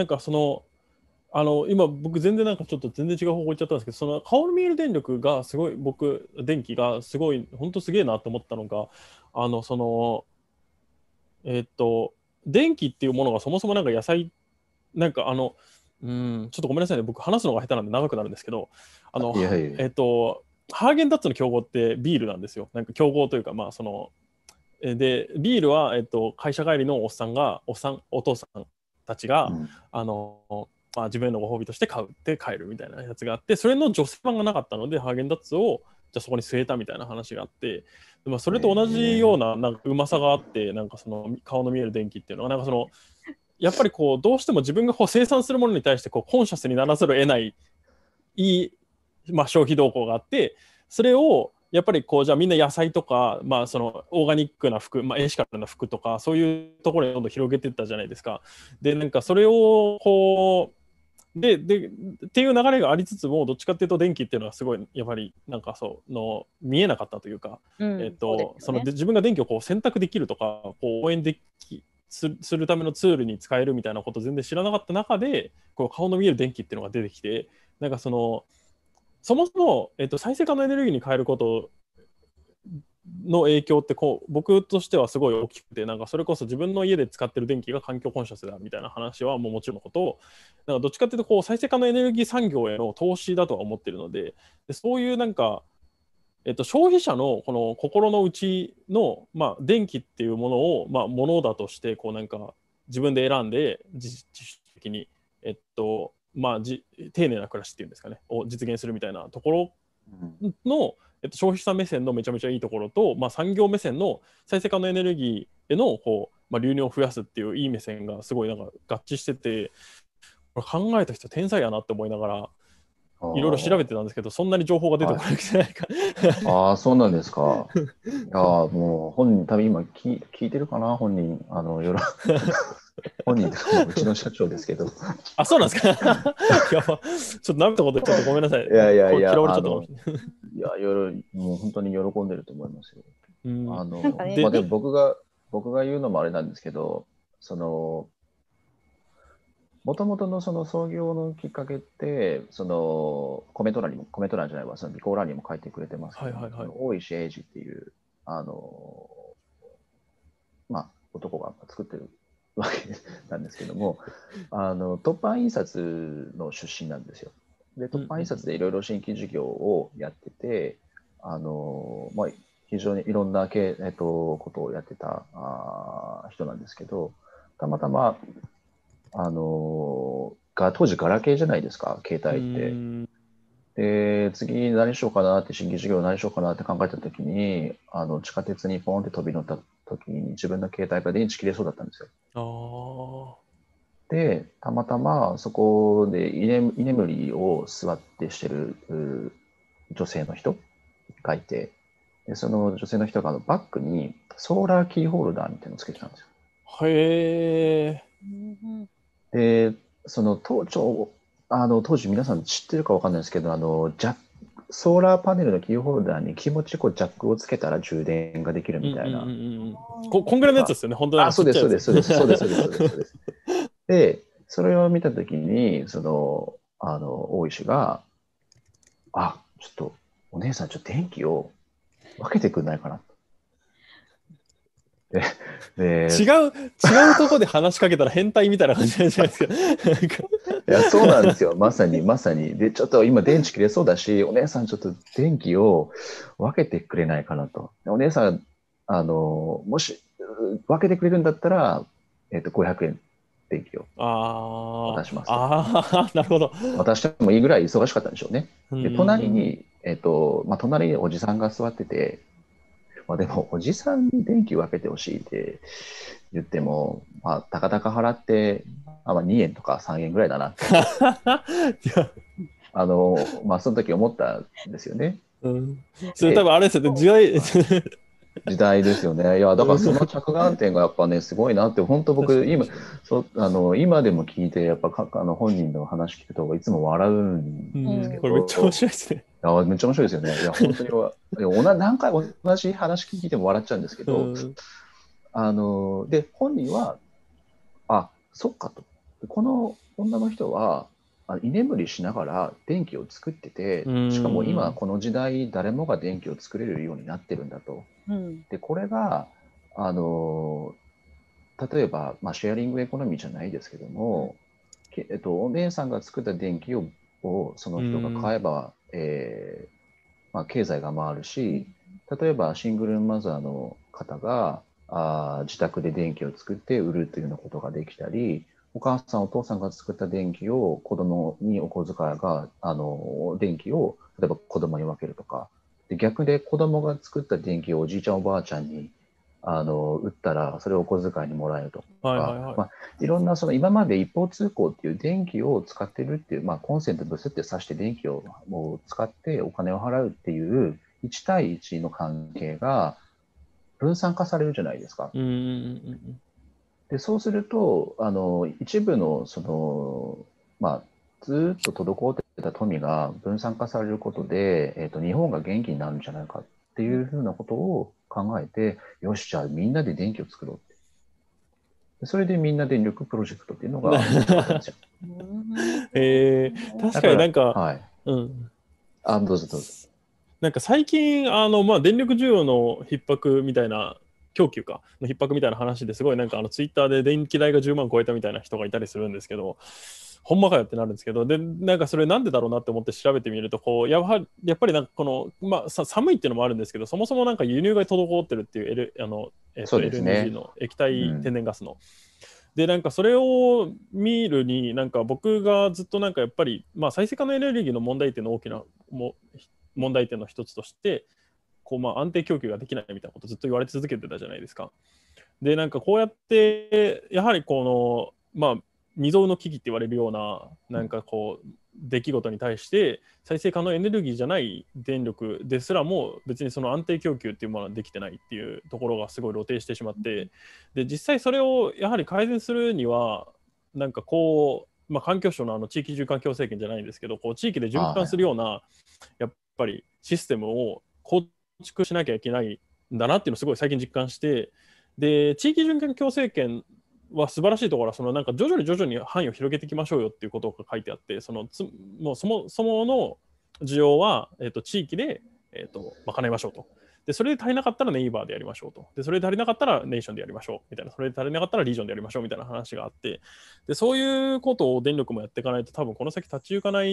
今僕全然ちょっと全然違う方向行っちゃったんですけど、その顔の見える電力がすごい電気がすごい本当すげえなと思ったのが、電気っていうものがそもそもなんか野菜ちょっとごめんなさいね、僕話すのが下手なんで長くなるんですけど、ハーゲンダッツの競合ってビールなんですよ。なんか競合というか、まあでビールは会社帰りのお父さんたちが、まあ、自分へのご褒美として買って帰るみたいなやつがあって、それの女性版がなかったのでハーゲンダッツをじゃあそこに据えたみたいな話があって、まあ、それと同じようななんかうまさがあって、なんかその顔の見える電気っていうのはなんかそのやっぱりこうどうしても自分がこう生産するものに対してこうコンシャスにならざるを得ないまあ、消費動向があって、それをやっぱりこうじゃあみんな野菜とか、まあ、そのオーガニックな服、まあ、エシカルな服とかそういうところにどんどん広げていったじゃないですか。でなんかそれをこうっていう流れがありつつも、どっちかっていうと電気っていうのはすごいやっぱりなんか見えなかったというか、自分が電気をこう選択できるとかこう応援するためのツールに使えるみたいなことを全然知らなかった中で、こう顔の見える電気っていうのが出てきて、なんかそもそも、再生可能エネルギーに変えることの影響って僕としてはすごい大きくて、なんかそれこそ自分の家で使ってる電気が環境コンシャスだみたいな話はもちろんのこと、なんかどっちかっていうと再生可能エネルギー産業への投資だとは思ってるので、そういうなんか、消費者のこの心の内の、まあ、電気っていうものを、まあ、ものだとしてなんか自分で選んで自主的に、まあ、丁寧な暮らしっていうんですかねを実現するみたいなところの、消費者目線のめちゃめちゃいいところと、まあ、産業目線の再生可能エネルギーへのまあ、流入を増やすっていういい目線がすごいなんか合致してて、これ考えた人天才やなって思いながらいろいろ調べてたんですけど、そんなに情報が出てこなくてないか、 ああ、そうなんですか。いやもう本人多分今聞いてるかな、本人本人うちの社長ですけど。 あ、そうなんですか。やば、ちょっとなめたことちょっとごめんなさい。 いや嫌われちゃったかもしれない。 いやもう本当に喜んでると思いますよ。まあでも僕が言うのもあれなんですけど、もともとのその創業のきっかけって、コメント欄じゃないわ、その備考欄にも書いてくれてますけど、大石英二っていう、まあ、男が作ってるわけなんですけども、凸版印刷の出身なんですよ。で、凸版印刷でいろいろ新規事業をやってて、まあ、非常にいろんなことをやってた人なんですけど、たまたま、当時ガラケーじゃないですか、携帯って。で、次何しようかなって、新規事業何しようかなって考えたときに、地下鉄にポンって飛び乗ったときに、自分の携帯が電池切れそうだったんですよ。で、たまたまそこで居眠りを座ってしてる女性の人がいて、でその女性の人がバッグにソーラーキーホルダーみたいなのをつけてたんですよ。 へー。で、当時皆さん知ってるかわかんないですけど、ソーラーパネルのキーホルダーに気持ちジャックをつけたら充電ができるみたいな。 こんぐらいのやつですよね、本当に。 そうです。で、それを見たときに、大石が、ちょっと、お姉さん、電気を分けてくんないかな。で違うとこで話しかけたら変態みたいな感じじゃないですか。なんかいや、そうなんですよ。まさに。で、ちょっと今電池切れそうだし、お姉さんちょっと電気を分けてくれないかなと。お姉さん、もし分けてくれるんだったら、500円電気を渡しますと。 なるほど。 渡してもいいぐらい忙しかったんでしょうね。で、隣に、 に、隣におじさんが座ってて、でも、おじさんに電気分けてほしいって言っても、たかだか払って、2円とか3円ぐらいだなって。その時思ったんですよね。 それ多分あれですよね、 時代ですよね。いや、だからその着眼点がやっぱね、すごいなって、本当僕、今でも聞いて、やっぱ本人の話聞くと、いつも笑うんですけど。 これめっちゃ面白いですね。 いや、めっちゃ面白いですよね。いや、本当に何回同じ話聞いても笑っちゃうんですけど、で、本人は、そっかと。この女の人は、居眠りしながら電気を作ってて、しかも今この時代誰もが電気を作れるようになってるんだと。でこれが例えば、シェアリングエコノミーじゃないですけども、お姉さんが作った電気をその人が買えば、経済が回るし、例えばシングルマザーの方が自宅で電気を作って売るというようなことができたり、お母さんお父さんが作った電気を子供にお小遣いが電気を例えば子供に分けるとか、で逆で子供が作った電気をおじいちゃんおばあちゃんに売ったらそれをお小遣いにもらえるとか、いろんなその今まで一方通行っていう電気を使ってるっていう、コンセントブスって挿して電気をもう使ってお金を払うっていう1対1の関係が分散化されるじゃないですか。でそうすると一部のその、ずっと滞ってた富が分散化されることで、日本が元気になるんじゃないかっていうふうなことを考えて、よし、じゃあみんなで電気を作ろうって。それでみんな電力プロジェクトっていうのがあったんですよ。 確かになんか、 はい。どうぞどうぞ。 なんか最近電力需要の逼迫みたいな、供給かの逼迫みたいな話ですごいなんかツイッターで電気代が10万超えたみたいな人がいたりするんですけど、ほんまかよってなるんですけど、でなんかそれなんでだろうなって思って調べてみると、こうやっぱりなんかこの、寒いっていうのもあるんですけど、そもそもなんか輸入が滞ってるっていう、LNG の液体天然ガスの。でなんかそれを見るに、なんか僕がずっとなんかやっぱり、再生可能エネルギーの問題点の大きな問題点の一つとして、こう安定供給ができないみたいなことずっと言われ続けてたじゃないですか。でなんかこうやってやはりこの未曾有の危機って言われるようななんかこう出来事に対して再生可能エネルギーじゃない電力ですらも別にその安定供給っていうものはできてないっていうところがすごい露呈してしまって、で実際それをやはり改善するにはなんかこう、環境省の地域循環共生圏じゃないんですけど、こう地域で循環するようなやっぱりシステムを構築しなきゃいけないんだなっていうのをすごい最近実感して、で地域循環共生圏は素晴らしいところはなんか徐々に範囲を広げていきましょうよっていうことが書いてあって、もうそもそもの需要は、地域で、賄いましょうと。でそれで足りなかったらネイバーでやりましょうと。でそれで足りなかったらネーションでやりましょうみたいな、それで足りなかったらリージョンでやりましょうみたいな話があって、でそういうことを電力もやっていかないと多分この先立ち行かない、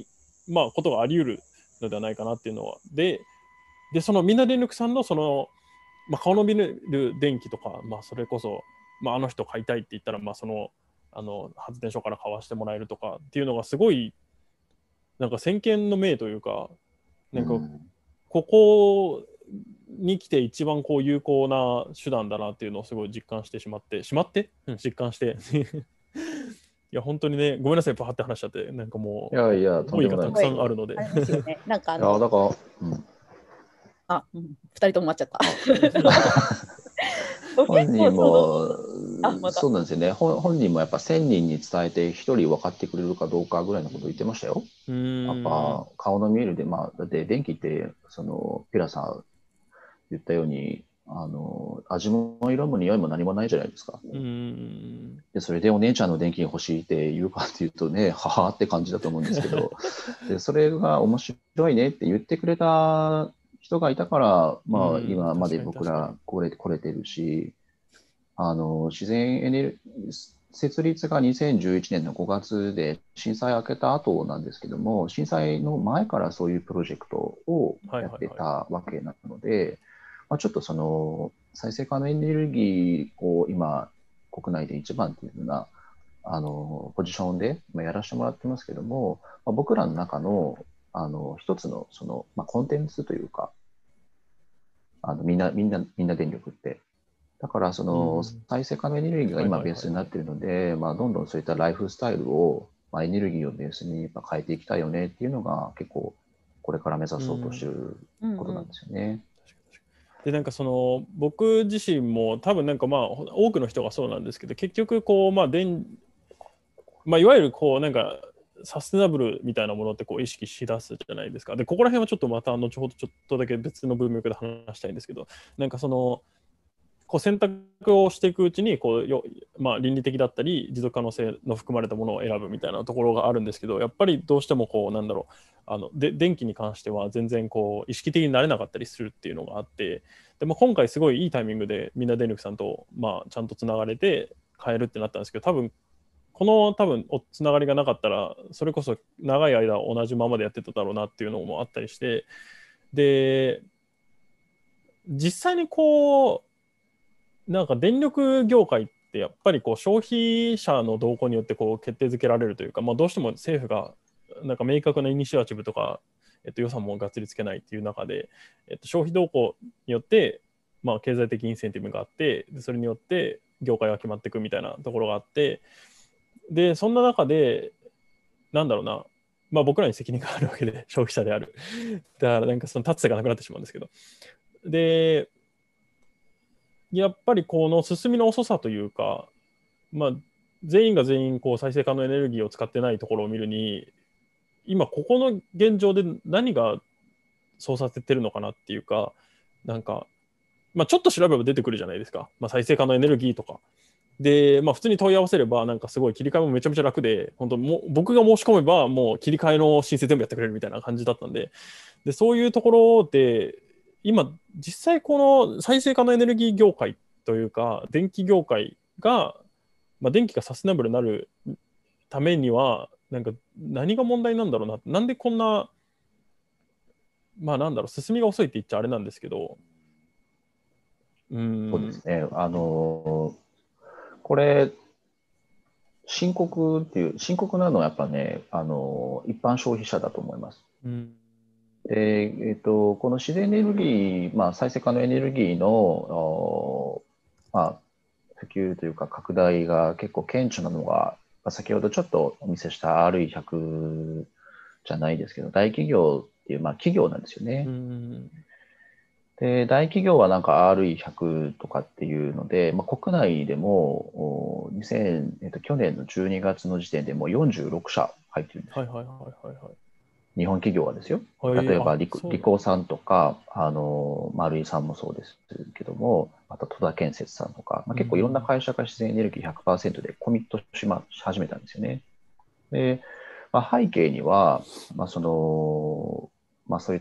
ことがあり得るのではないかなっていうのはでそのみんな電力さんのその、顔の見える電気とか、それこそ、あの人買いたいって言ったら、その発電所から買わしてもらえるとかっていうのがすごいなんか先見の明というか、なんかここに来て一番こう有効な手段だなっていうのをすごい実感して実感していや本当にね、ごめんなさい、パーって話しちゃって、なんかもう思いがたくさんあるので。 なんか2人とも待っちゃった。 本人もそうなんですよね。本人もやっぱ1000人に伝えて1人分かってくれるかどうかぐらいのことを言ってましたよ。やっぱ顔の見えるで、だって電気ってピラさん言ったように味も色も匂いも何もないじゃないですか。でそれでお姉ちゃんの電気欲しいって言うかっていうとね、ははって感じだと思うんですけどでそれが面白いねって言ってくれた人がいたから、まあ、 うん今まで確かに僕ら来れてるし、自然エネル設立が2011年の5月で震災明けた後なんですけども、震災の前からそういうプロジェクトをやってたわけなので、まあ、ちょっとその再生可能エネルギーを今国内で一番というようなポジションでやらせてもらってますけども、まあ、僕らの中の一つのその、まあ、コンテンツというか、みんな電力って。だからその再生可能エネルギーが今ベースになっているので、まあどんどんそういったライフスタイルを、まあ、エネルギーをベースに変えていきたいよねっていうのが結構これから目指そうとしていることなんですよね。 でなんかその僕自身も多分なんかまあ多くの人がそうなんですけど、結局こうまあいわゆるこうなんかサステナブルみたいなものってこう意識しだすじゃないですか。でここら辺はちょっとまた後ほどちょっとだけ別の文脈で話したいんですけど、なんかそのこう選択をしていくうちにこうまあ、倫理的だったり持続可能性の含まれたものを選ぶみたいなところがあるんですけど、やっぱりどうしてもこうなんだろう電気に関しては全然こう意識的になれなかったりするっていうのがあって、でも今回すごいいいタイミングでみんな電力さんと、まあ、ちゃんとつながれて変えるってなったんですけど、多分つながりがなかったらそれこそ長い間同じままでやってただろうなっていうのもあったりして、で実際にこうなんか電力業界ってやっぱりこう消費者の動向によってこう決定づけられるというか、まあ、どうしても政府がなんか明確なイニシアチブとか、予算もがっつりつけないっていう中で、消費動向によって、まあ、経済的インセンティブがあって、でそれによって業界が決まっていくみたいなところがあって、でそんな中でなんだろうな、まあ、僕らに責任があるわけで消費者である。だからなんかその立つ瀬がなくなってしまうんですけど、でやっぱりこの進みの遅さというか、まあ、全員が全員こう再生可能エネルギーを使ってないところを見るに、今ここの現状で何がそうさせてるのかなっていうか、なんか、まあ、ちょっと調べば出てくるじゃないですか、まあ、再生可能エネルギーとか。で、まあ、普通に問い合わせれば、なんかすごい切り替えもめちゃめちゃ楽で、本当僕が申し込めば、もう切り替えの申請全部やってくれるみたいな感じだったんで、そういうところで、今、実際この再生可能エネルギー業界というか、電気業界が、まあ、電気がサステナブルになるためには、なんか何が問題なんだろうな、なんでこんな、まあなんだろう、進みが遅いって言っちゃあれなんですけど、 そうですね。これ、深刻なのはやっぱね、一般消費者だと思います。で、この自然エネルギー、まあ、再生可能エネルギーの、まあ、普及というか拡大が結構顕著なのが、先ほどちょっとお見せした RE100 じゃないですけど、大企業っていう、まあ、企業なんですよね。で、大企業はなんか RE100 とかっていうので、まあ、国内でも去年の12月の時点でもう46社入ってるんですよ。日本企業はですよ。例えばリコーさんとか、丸井さんもそうですけども、あと戸田建設さんとか、まあ、結構いろんな会社が自然エネルギー 100% でコミットし始めたんですよね。で、まあ、背景には、まあそういった、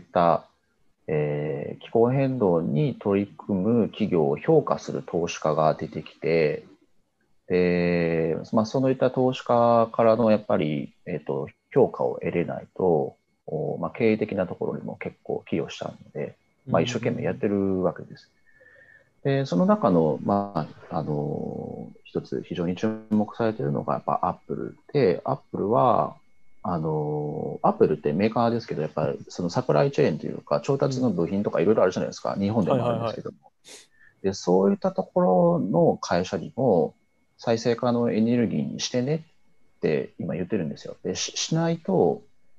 気候変動に取り組む企業を評価する投資家が出てきて、で、まあ、そういった投資家からのやっぱり、評価を得れないと、まあ、経営的なところにも結構寄与しちゃうので、まあ、一生懸命やってるわけです。で、その中の、まあ、一つ非常に注目されているのがやっぱアップルで、アップルは、アップルってメーカーですけど、やっぱりそのサプライチェーンというか、調達の部品とかいろいろあるじゃないですか、日本でもあるんですけども。で、そういったところの会社にも、再生可能エネルギーにしてねって今言ってるんですよ。で、しないと、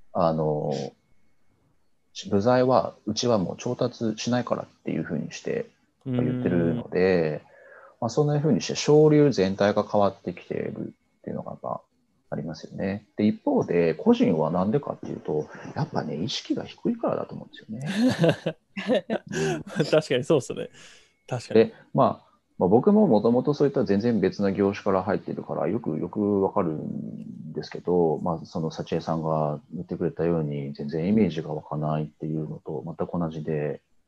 部材はうちはもう調達しないからっていうふうにして言ってるので、まあ、そんなふうにして省流全体が変わってきているっていうのがやっぱありますよね。で、一方で個人はなんでかっていうと、やっぱね、意識が低いからだと思うんですよね。 確かにそうですね。確かに。 で、まあ僕ももともとそういった全然別な業種から入っているからよくわかるんですけど、まあ、その幸恵さんが言ってくれたように全然イメージが湧かないっていうのと全く同じで、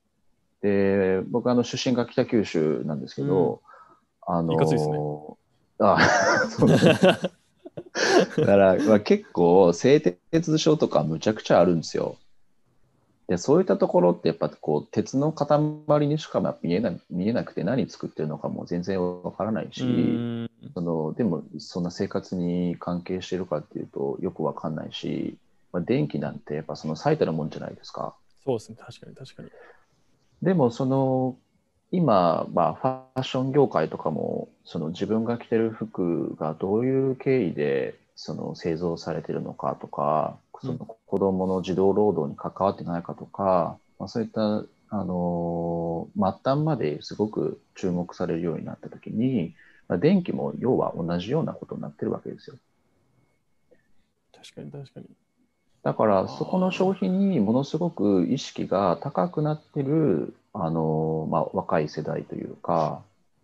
で、僕出身が北九州なんですけど、 いかついですね。 そうですね。だから、結構製鉄所とかむちゃくちゃあるんですよ。で、そういったところってやっぱこう鉄の塊にしか見えなくて何作ってるのかも全然わからないし、でもそんな生活に関係してるかっていうとよくわかんないし、電気なんてやっぱその最たるもんじゃないですか。 そうですね、確かに確かに。 でも今、ファッション業界とかも自分が着てる服がどういう経緯で製造されてるのかとか、子どもの児童労働に関わってないかとか、そういった末端まですごく注目されるようになったときに、電気も要は同じようなことになってるわけですよ。 確かに確かに。 だからそこの消費にものすごく意識が高くなってる若い世代というか、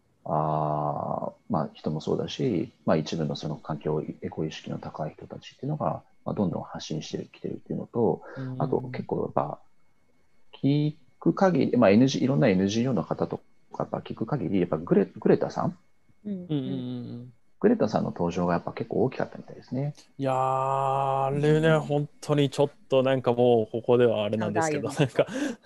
人もそうだし、一部のその環境エコ意識の高い人たちっていうのが、どんどん発信してきてるっていうのと、あと結構やっぱ聞く限り、いろんな NGO の方とか聞く限り、やっぱグレタさん、グレタさんの登場がやっぱ結構大きかったみたいですね。 いやー、あれね、本当にちょっとなんかもうここではあれなんですけど、なんか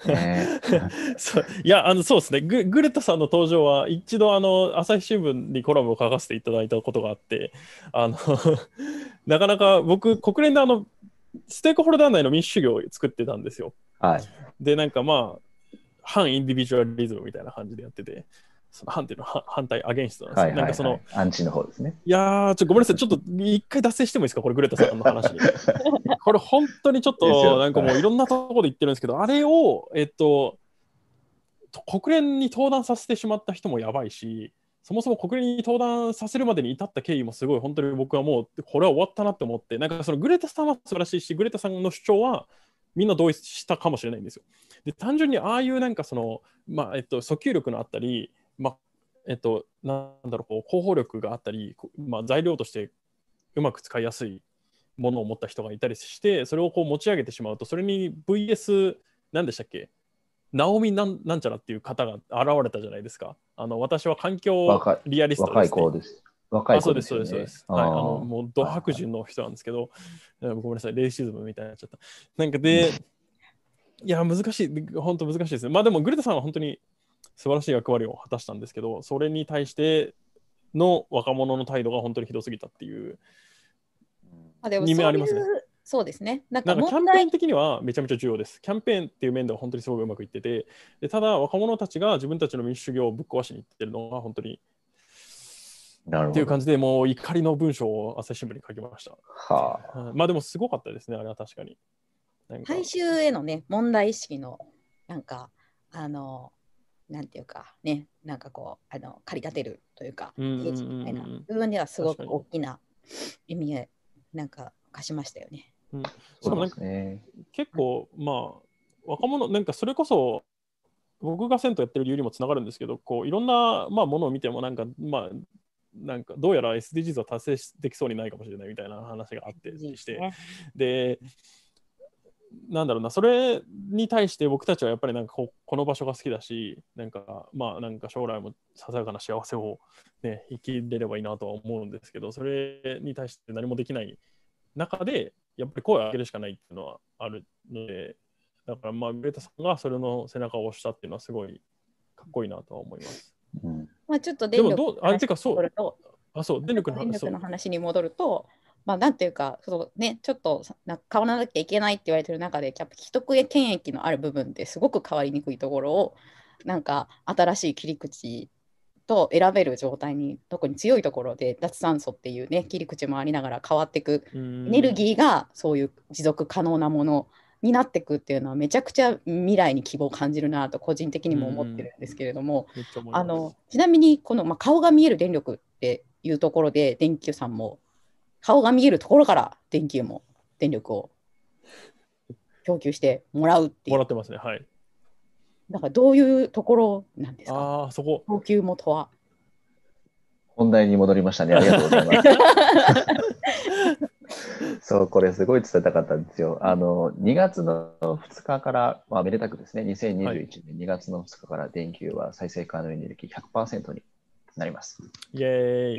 いや、そうですね、グレタさんの登場は一度朝日新聞にコラムを書かせていただいたことがあって、なかなか僕、国連でステークホルダー内の民主主義を作ってたんですよ。 はい。 で、なんか反インディビジュアリズムみたいな感じでやってて、反っていうのは反対、アゲンストなんですよ。なんかアンチの方ですね。 いやー、ごめんなさい、ちょっと一回脱線してもいいですか、これ、グレタさんの話に。これ、本当にちょっと、なんかもういろんなところで言ってるんですけど、あれを、国連に登壇させてしまった人もやばいし、そもそも国連に登壇させるまでに至った経緯もすごい、本当に僕はもう、これは終わったなって思って、なんかグレタさんは素晴らしいし、グレタさんの主張は、みんな同意したかもしれないんですよ。で、単純にああいうなんか訴求力のあったり、なんだろう、広報力があったり、材料としてうまく使いやすいものを持った人がいたりして、それを持ち上げてしまうと、それに VS 何でしたっけ、ナオミなんちゃらっていう方が現れたじゃないですか。私は環境リアリストです、ね。 若い子です。若い子ですよね。 そうです。はい、もう、ド白人の人なんですけど、ごめんなさい、レイシズムみたいになっちゃった。なんかで、いや、難しい、本当難しいですね。でも、グレタさんは本当に素晴らしい役割を果たしたんですけど、それに対しての若者の態度が本当にひどすぎたっていう2面ありますね。 そうですね。 なんかキャンペーン的にはめちゃめちゃ重要です。キャンペーンっていう面では本当にすごくうまくいってて、ただ若者たちが自分たちの民主主義をぶっ壊しにいってるのが本当にっていう感じで、もう怒りの文章を朝日新聞に書きました。でもすごかったですね、あれは確かに。 大衆へのね、問題意識のなんかなんていうかね、なんかこう駆り立てるというか、みたいな部分ではすごく大きな意味合いなんか貸しましたよね。 しかもなんか結構若者なんかそれこそ僕が銭湯やってる理由にもつながるんですけど、いろんなものを見てもなんかどうやら SDGs は達成できそうにないかもしれないみたいな話があってして、でなんだろうな、それに対して僕たちはやっぱりなんかこの場所が好きだし、なんか将来もささやかな幸せを、ね、生きれればいいなとは思うんですけど、それに対して何もできない中でやっぱり声を上げるしかないっていうのはあるので、だからグレタさんがそれの背中を押したっていうのはすごいかっこいいなとは思います。 ちょっと電力の話に戻ると、なんていうかちょっと変わらなきゃいけないって言われてる中で、既得権益のある部分ってすごく変わりにくいところをなんか新しい切り口と選べる状態に、特に強いところで脱炭素っていうね切り口もありながら変わっていくエネルギーがそういう持続可能なものになっていくっていうのはめちゃくちゃ未来に希望を感じるなと個人的にも思ってるんですけれども、ちなみにこの、顔が見える電力っていうところで電球さんも顔が見えるところから電力を供給してもらうっていう。 もらってますね、はい。 だからどういうところなんですか、 そこ。 供給元は。 本題に戻りましたね。ありがとうございます。 そう、これすごい伝えたかったんですよ。2月の2日から、まあ、めでたくですね、2021年2月の2日から電気は再生可能エネルギー 100% になります。 イエーイ。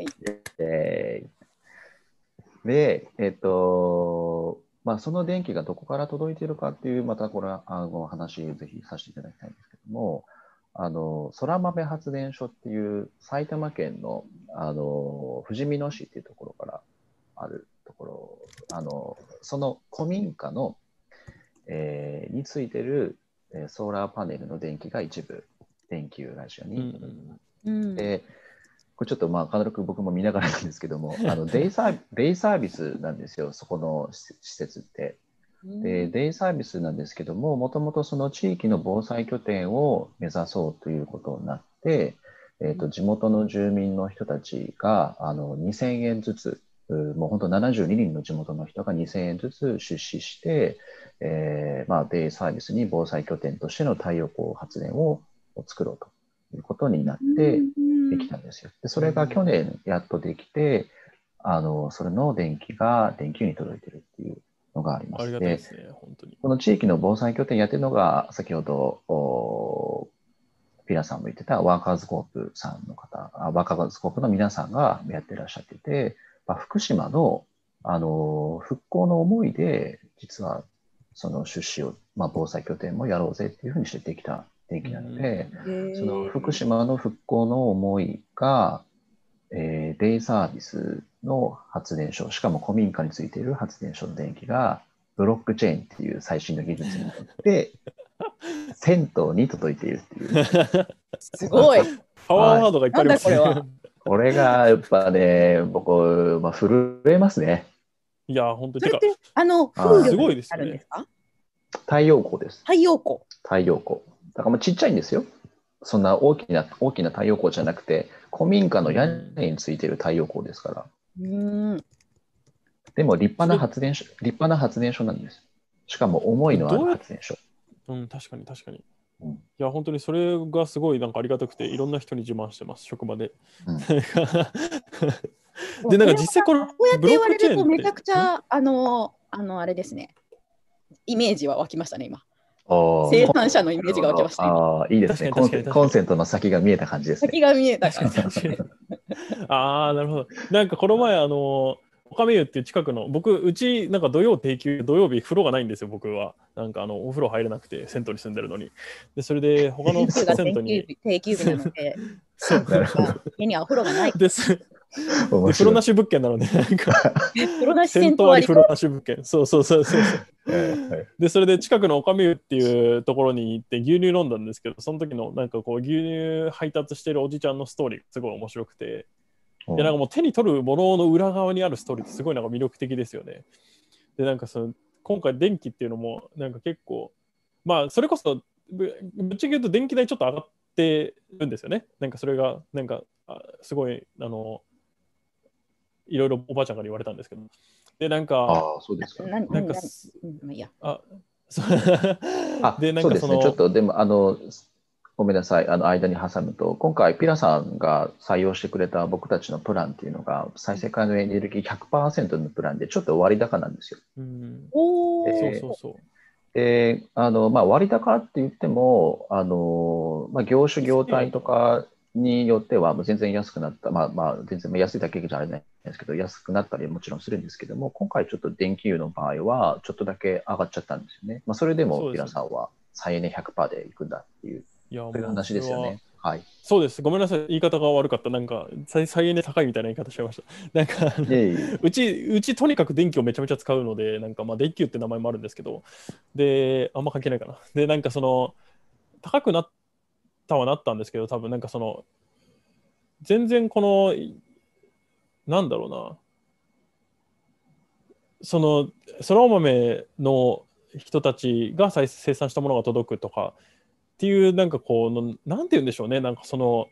で、まあ、その電気がどこから届いているかっていう、またこれは話をぜひさせていただきたいんですけども、空豆発電所っていう埼玉県の、ふじみ野市っていうところからあるところ、その古民家の、についてるソーラーパネルの電気が一部電気会社に、でこれちょっとまあ軽く僕も見ながらなんですけどもデイサービスなんですよ、そこの施設って。でデイサービスなんですけども、もともとその地域の防災拠点を目指そうということになって、地元の住民の人たちが2000円ずつ、もう本当72人の地元の人が2000円ずつ出資して、まあ、デイサービスに防災拠点としての太陽光発電を作ろうということになってできたんですよ。でそれが去年やっとできて、それの電気が電気に届いているっていうのがあります。 ありがたいですね、本当に。 この地域の防災拠点やってるのが、先ほどピラさんも言ってたワーカーズコープさんの方、ワーカーズコープの皆さんがやってらっしゃってて、福島の、復興の思いで、実はその出資を、防災拠点もやろうぜっていうふうにしてできた電気なので、その福島の復興の思いが、デイサービスの発電所、しかも古民家についている発電所の電気が、ブロックチェーンっていう最新の技術によって銭湯に届いているっていう。 すごい。 パワーワードがいっぱいありますね。 なんだこれは。 これがやっぱね、僕、震えますね。 いや、本当に。 それって風すごい力になるんですか？ 太陽光です。 太陽光。 太陽光。だからもうちっちゃいんですよ。そんな大きな太陽光じゃなくて、古民家の屋根についている太陽光ですから。でも立派な発電所なんです。しかも思いのある発電所。 確かに確かに。いや本当にそれがすごいなんかありがたくて、いろんな人に自慢してます、職場で。でなんか実際このこうやって言われるとめちゃくちゃあれですね。イメージは湧きましたね今。生産者のイメージが湧きました。 いいですね。コンセントの先が見えた感じですね。 先が見えた感じ。 ああなるほど。なんかこの前岡目湯っていう近くのうちなんか土曜日風呂がないんですよ。僕はなんかお風呂入れなくて銭湯に住んでるのに。でそれで他の銭湯に定休日なので家にはお風呂がないです。風呂なし物件なのでなんか風呂なし銭湯あり風呂なし物件。そう。でそれで近くの岡目湯っていうところに行って牛乳飲んだんですけど、その時のなんかこう牛乳配達してるおじちゃんのストーリーがすごい面白くて。なんかもう手に取るものの裏側にあるストーリーってすごいなんか魅力的ですよね。でなんか今回電気っていうのもなんか結構それこそぶっちゃけ言うと電気代ちょっと上がってるんですよね。なんかそれがなんかすごいいろいろおばあちゃんから言われたんですけど、でなんかそうですか。 なんかでなんかそうですね。ちょっとでもごめんなさい、間に挟むと、今回、ピラさんが採用してくれた僕たちのプランっていうのが、再生可能エネルギー 100% のプランで、ちょっと割高なんですよ。割高って言っても、業種、業態とかによっては、全然安くなった、全然安いだけじゃあれないですけど、安くなったりもちろんするんですけども、今回、ちょっと電気油の場合は、ちょっとだけ上がっちゃったんですよね。それでも、ピラさんは再エネ 100% でいくんだっていう。そういう話ですよね。はい。 そうです。ごめんなさい。言い方が悪かった。なんか、再エネ高いみたいな言い方しちゃいました。なんか、うちとにかく電気をめちゃめちゃ使うので、なんか電気油って名前もあるんですけど、で、あんま関係ないかな。で、なんか高くなったんですけど、多分なんか全然なんだろうな、そら豆の人たちが生産したものが届くとか、っていうなんかなんて言うんでしょうね、なんか友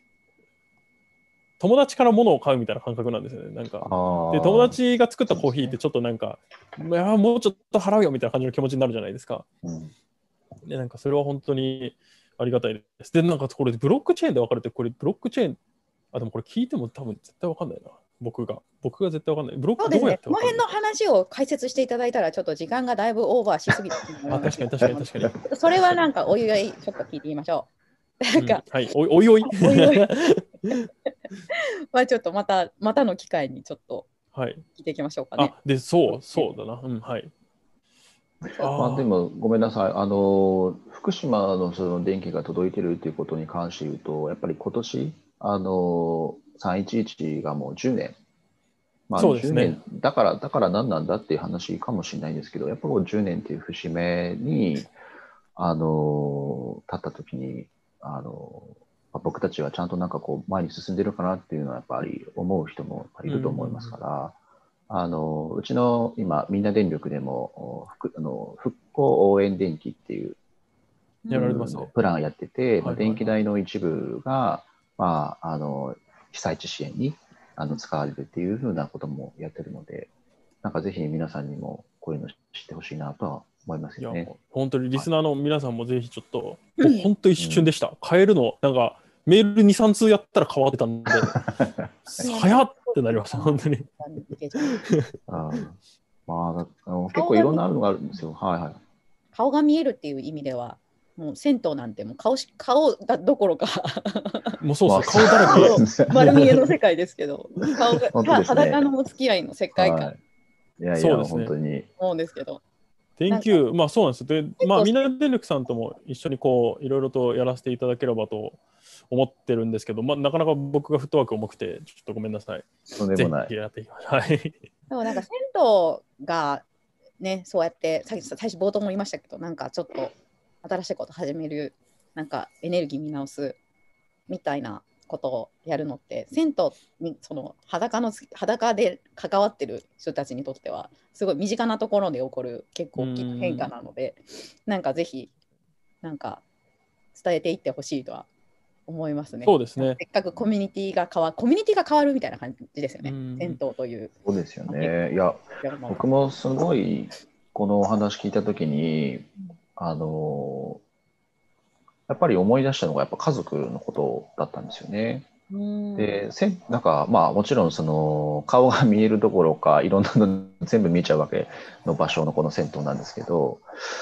達から物を買うみたいな感覚なんですよね。なんかで友達が作ったコーヒーってちょっとなんか、もうちょっと払うよみたいな感じの気持ちになるじゃないですか。でなんかそれは本当にありがたいです。でなんかこれブロックチェーンで分かれて、これブロックチェーンでもこれ聞いても多分絶対分かんないな。 僕が絶対わかんない。ブロックそうですね。 どうやってわかるこの辺の話を解説していただいたら、ちょっと時間がだいぶオーバーしすぎてあ、確かに確かに確かに。 それはなんかおいおいちょっと聞いてみましょう。なんか、 はい、おいおい。 おいおいまあちょっとまたの機会にちょっとはい。 聞いていきましょうかね。 あ、で、そうだな。はい。 まあでもごめんなさい、福島のその電気が届いてるということに関して言うと、やっぱり今年、311がもう10年、まあ、10 そうですね。 年だから何なんだっていう話かもしれないんですけど、やっぱこう10年っていう節目に、経った時に、僕たちはちゃんとなんかこう前に進んでるかなっていうのはやっぱり思う人もやっぱりいると思いますから、うちの今、みんな電力でも復興応援電気っていうやられてますね。 プランをやってて、 はい電気代の一部が、被災地支援に使われるっていうふうなこともやってるので、なんかぜひ皆さんにもこういうの知ってほしいなとは思いますよね。 本当にリスナーの皆さんもぜひちょっと、もう本当一瞬でした。変えるの、なんかメール2、3通やったら変わってたんで、早っってなりました、本当に。 結構いろんなのがあるんですよ。はいはい。 顔が見えるっていう意味では、もう銭湯なんてもう顔だどころかもうそう顔だらけ丸見えの世界ですけど、顔が、裸のお付き合いの世界観、 いやいや、本当に思うんですけど、 電球、まあそうなんですよ。で、まあみんな電力さんとも一緒にこういろいろとやらせていただければと思ってるんですけど、まあなかなか僕がフットワーク重くてちょっとごめんなさい。 とんでもない。 ぜひやっていきましょう。はい。 でもなんか銭湯がね、そうやって最初冒頭も言いましたけど、なんかちょっと新しいこと始める、なんかエネルギー見直すみたいなことをやるのって、銭湯にその裸で関わってる人たちにとってはすごい身近なところで起こる結構大きな変化なので、なんかぜひなんか伝えていってほしいとは思いますね。 そうですね。 せっかくコミュニティが変わるみたいな感じですよね。銭湯という。 そうですよね。いや、僕もすごいこのお話聞いたときに、やっぱり思い出したのがやっぱ家族のことだったんですよね。で、なんかまあもちろんその顔が見えるどころかいろんなの全部見えちゃうわけの場所のこの銭湯なんですけど、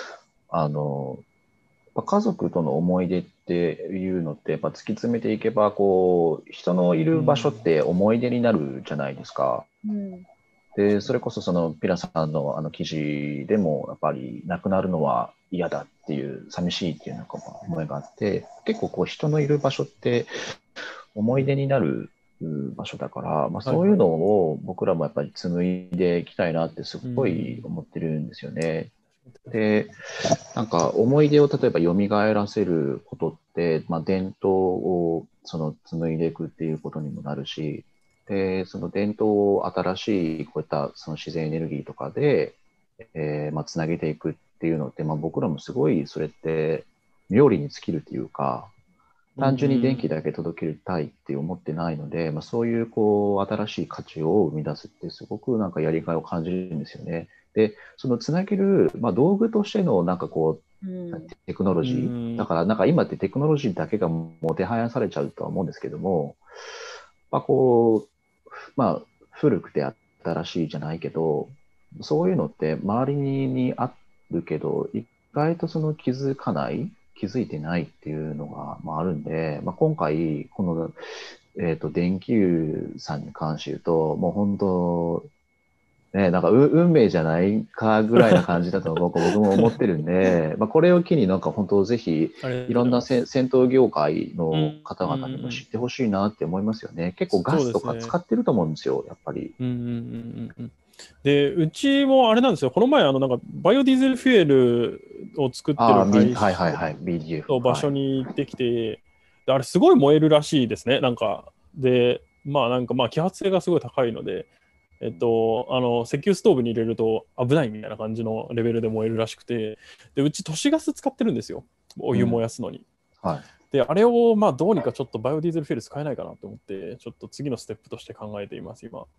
家族との思い出っていうのってやっぱ突き詰めていけばこう人のいる場所って思い出になるじゃないですか。でそれこそそのピラさんの記事でもやっぱり亡くなるのは嫌だっていう寂しいっていうなんか思いがあって、結構こう人のいる場所って思い出になる場所だから、まあ、そういうのを僕らもやっぱり紡いでいきたいなってすごい思ってるんですよね。で、なんか思い出を例えば蘇らせることって、まあ、伝統をその紡いでいくっていうことにもなるし、で、その伝統を新しいこういったその自然エネルギーとかで、まあ、つなげていくっていうのって、まあ、僕らもすごいそれって妙利に尽きるというか、単純に電気だけ届けたいって思ってないので、まあ、そういうこう新しい価値を生み出すってすごくなんかやりがいを感じるんですよね。で、そのつなげる、まあ、道具としてのなんかこう、テクノロジーだからなんか今ってテクノロジーだけがもてはやされちゃうとは思うんですけども、まあこうまあ、古くて新しいじゃないけど、そういうのって周りにあるけど意外とその気づいてないっていうのが、まあ、あるんで、まあ、今回この、電球さんに関して言うともう本当ね、なんか運命じゃないかぐらいな感じだと僕も思ってるんで、まあこれを機になんか本当ぜひいろんな銭湯業界の方々にも知ってほしいなって思いますよね。結構ガスとか使ってると思うんですよ、やっぱり。 で、うちもあれなんですよ、この前なんかバイオディーゼルフュエルを作ってる会社の場所に行ってきて、あれすごい燃えるらしいですね、なんか。で、まあ揮発性がすごい高いので、石油ストーブに入れると危ないみたいな感じのレベルで燃えるらしくて、でうち都市ガス使ってるんですよ、お湯燃やすのに。であれをまあどうにかちょっとバイオディーゼルフュエル使えないかなと思って、ちょっと次のステップとして考えています、今。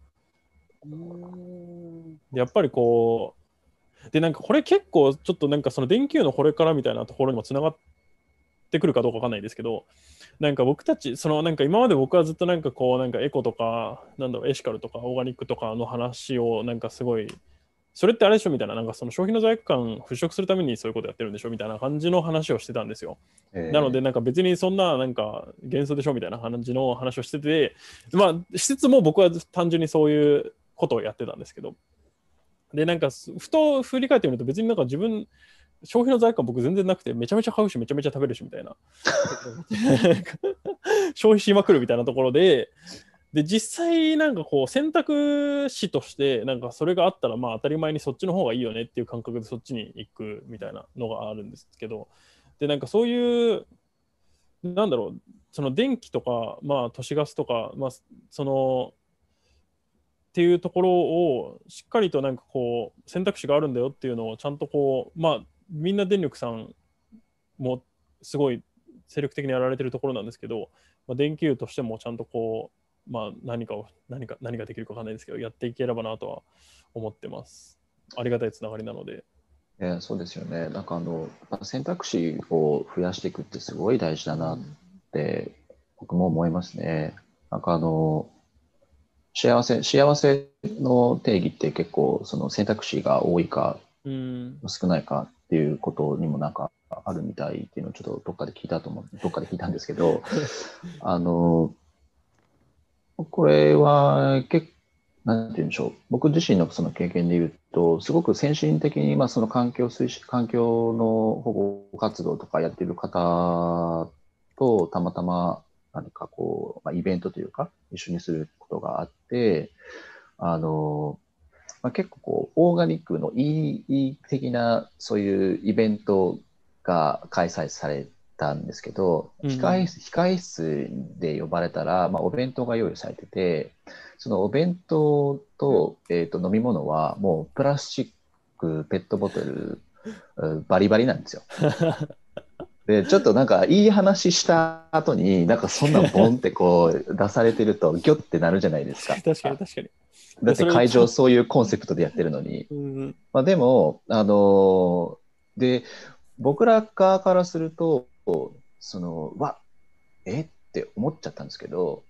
でやっぱりこう、でなんかこれ結構ちょっとなんかその電球のこれからみたいなところにもつながっってくるかどうかわかんないですけど、なんか僕たちなんか今まで僕はずっとなんかこうなんかエコとかなんだろうエシカルとかオーガニックとかの話をなんかすごいそれってあれでしょみたいな、なんかその消費の罪悪感払拭するためにそういうことやってるんでしょみたいな感じの話をしてたんですよ。なのでなんか別にそんななんか幻想でしょみたいな感じの話をしてて、まあしつつも僕は単純にそういうことをやってたんですけど、でなんかふと振り返ってみると別になんか自分消費の罪悪感僕全然なくてめちゃめちゃ買うしめちゃめちゃ食べるしみたいな消費しまくるみたいなところで実際なんかこう選択肢としてなんかそれがあったらまあ当たり前にそっちの方がいいよねっていう感覚でそっちに行くみたいなのがあるんですけど、でなんかそういうなんだろうその電気とかまあ都市ガスとかまあそのっていうところをしっかりとなんかこう選択肢があるんだよっていうのをちゃんとこうまあみんな電力さんもすごい精力的にやられてるところなんですけど、まあ、電気融としてもちゃんとこうまあ何ができるかわかんないですけどやっていければなとは思ってます。ありがたいつながりなので。 そうですよね。なんか選択肢を増やしていくってすごい大事だなって僕も思いますね。なんか幸せの定義って結構その選択肢が多いか少ないかっていうことにもなんかあるみたいっていうのをちょっとどっかで聞いたんですけどこれはなんて言うんでしょう、僕自身のその経験で言うとすごく先進的にその環境の保護活動とかやっている方とたまたま何かこう、イベントというか一緒にすることがあって結構こうオーガニックのいい的なそういうイベントが開催されたんですけど、控室で呼ばれたら、お弁当が用意されてて、そのお弁当と、飲み物はもうプラスチックペットボトルバリバリなんですよ。でちょっとなんかいい話した後になんかそんなボンってこう出されてるとギョってなるじゃないですか。 確かに確かに。 だって会場そういうコンセプトでやってるのに。でもで僕ら側からするとって思っちゃったんですけど、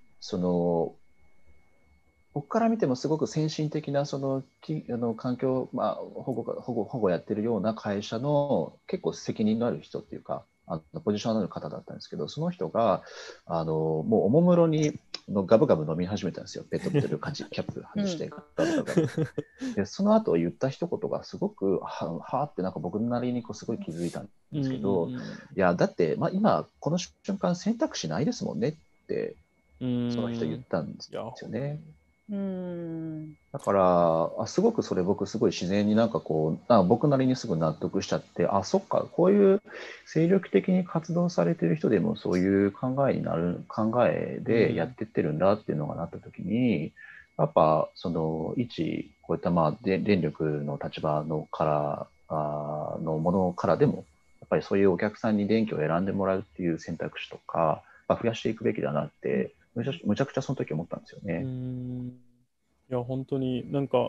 僕から見てもすごく先進的な環境、保護やってるような会社の結構責任のある人っていうかポジションのある方だったんですけど、その人がもうおもむろにガブガブ飲み始めたんですよ。ペットボトルキャップ外してガブガブガブでその後言った一言がすごくはってなんか僕なりにすごい気づいたんですけど、いやだって、今この瞬間選択肢ないですもんねってその人言ったんですよね。だからすごくそれ僕すごい自然になんかこう僕なりにすぐ納得しちゃって、そっかこういう精力的に活動されてる人でもそういう考えでやってってるんだっていうのがなった時に、やっぱこういった電力の立場ののものからでもやっぱりそういうお客さんに電気を選んでもらうっていう選択肢とか増やしていくべきだなってむちゃくちゃその時思ったんですよね。 いや本当になんか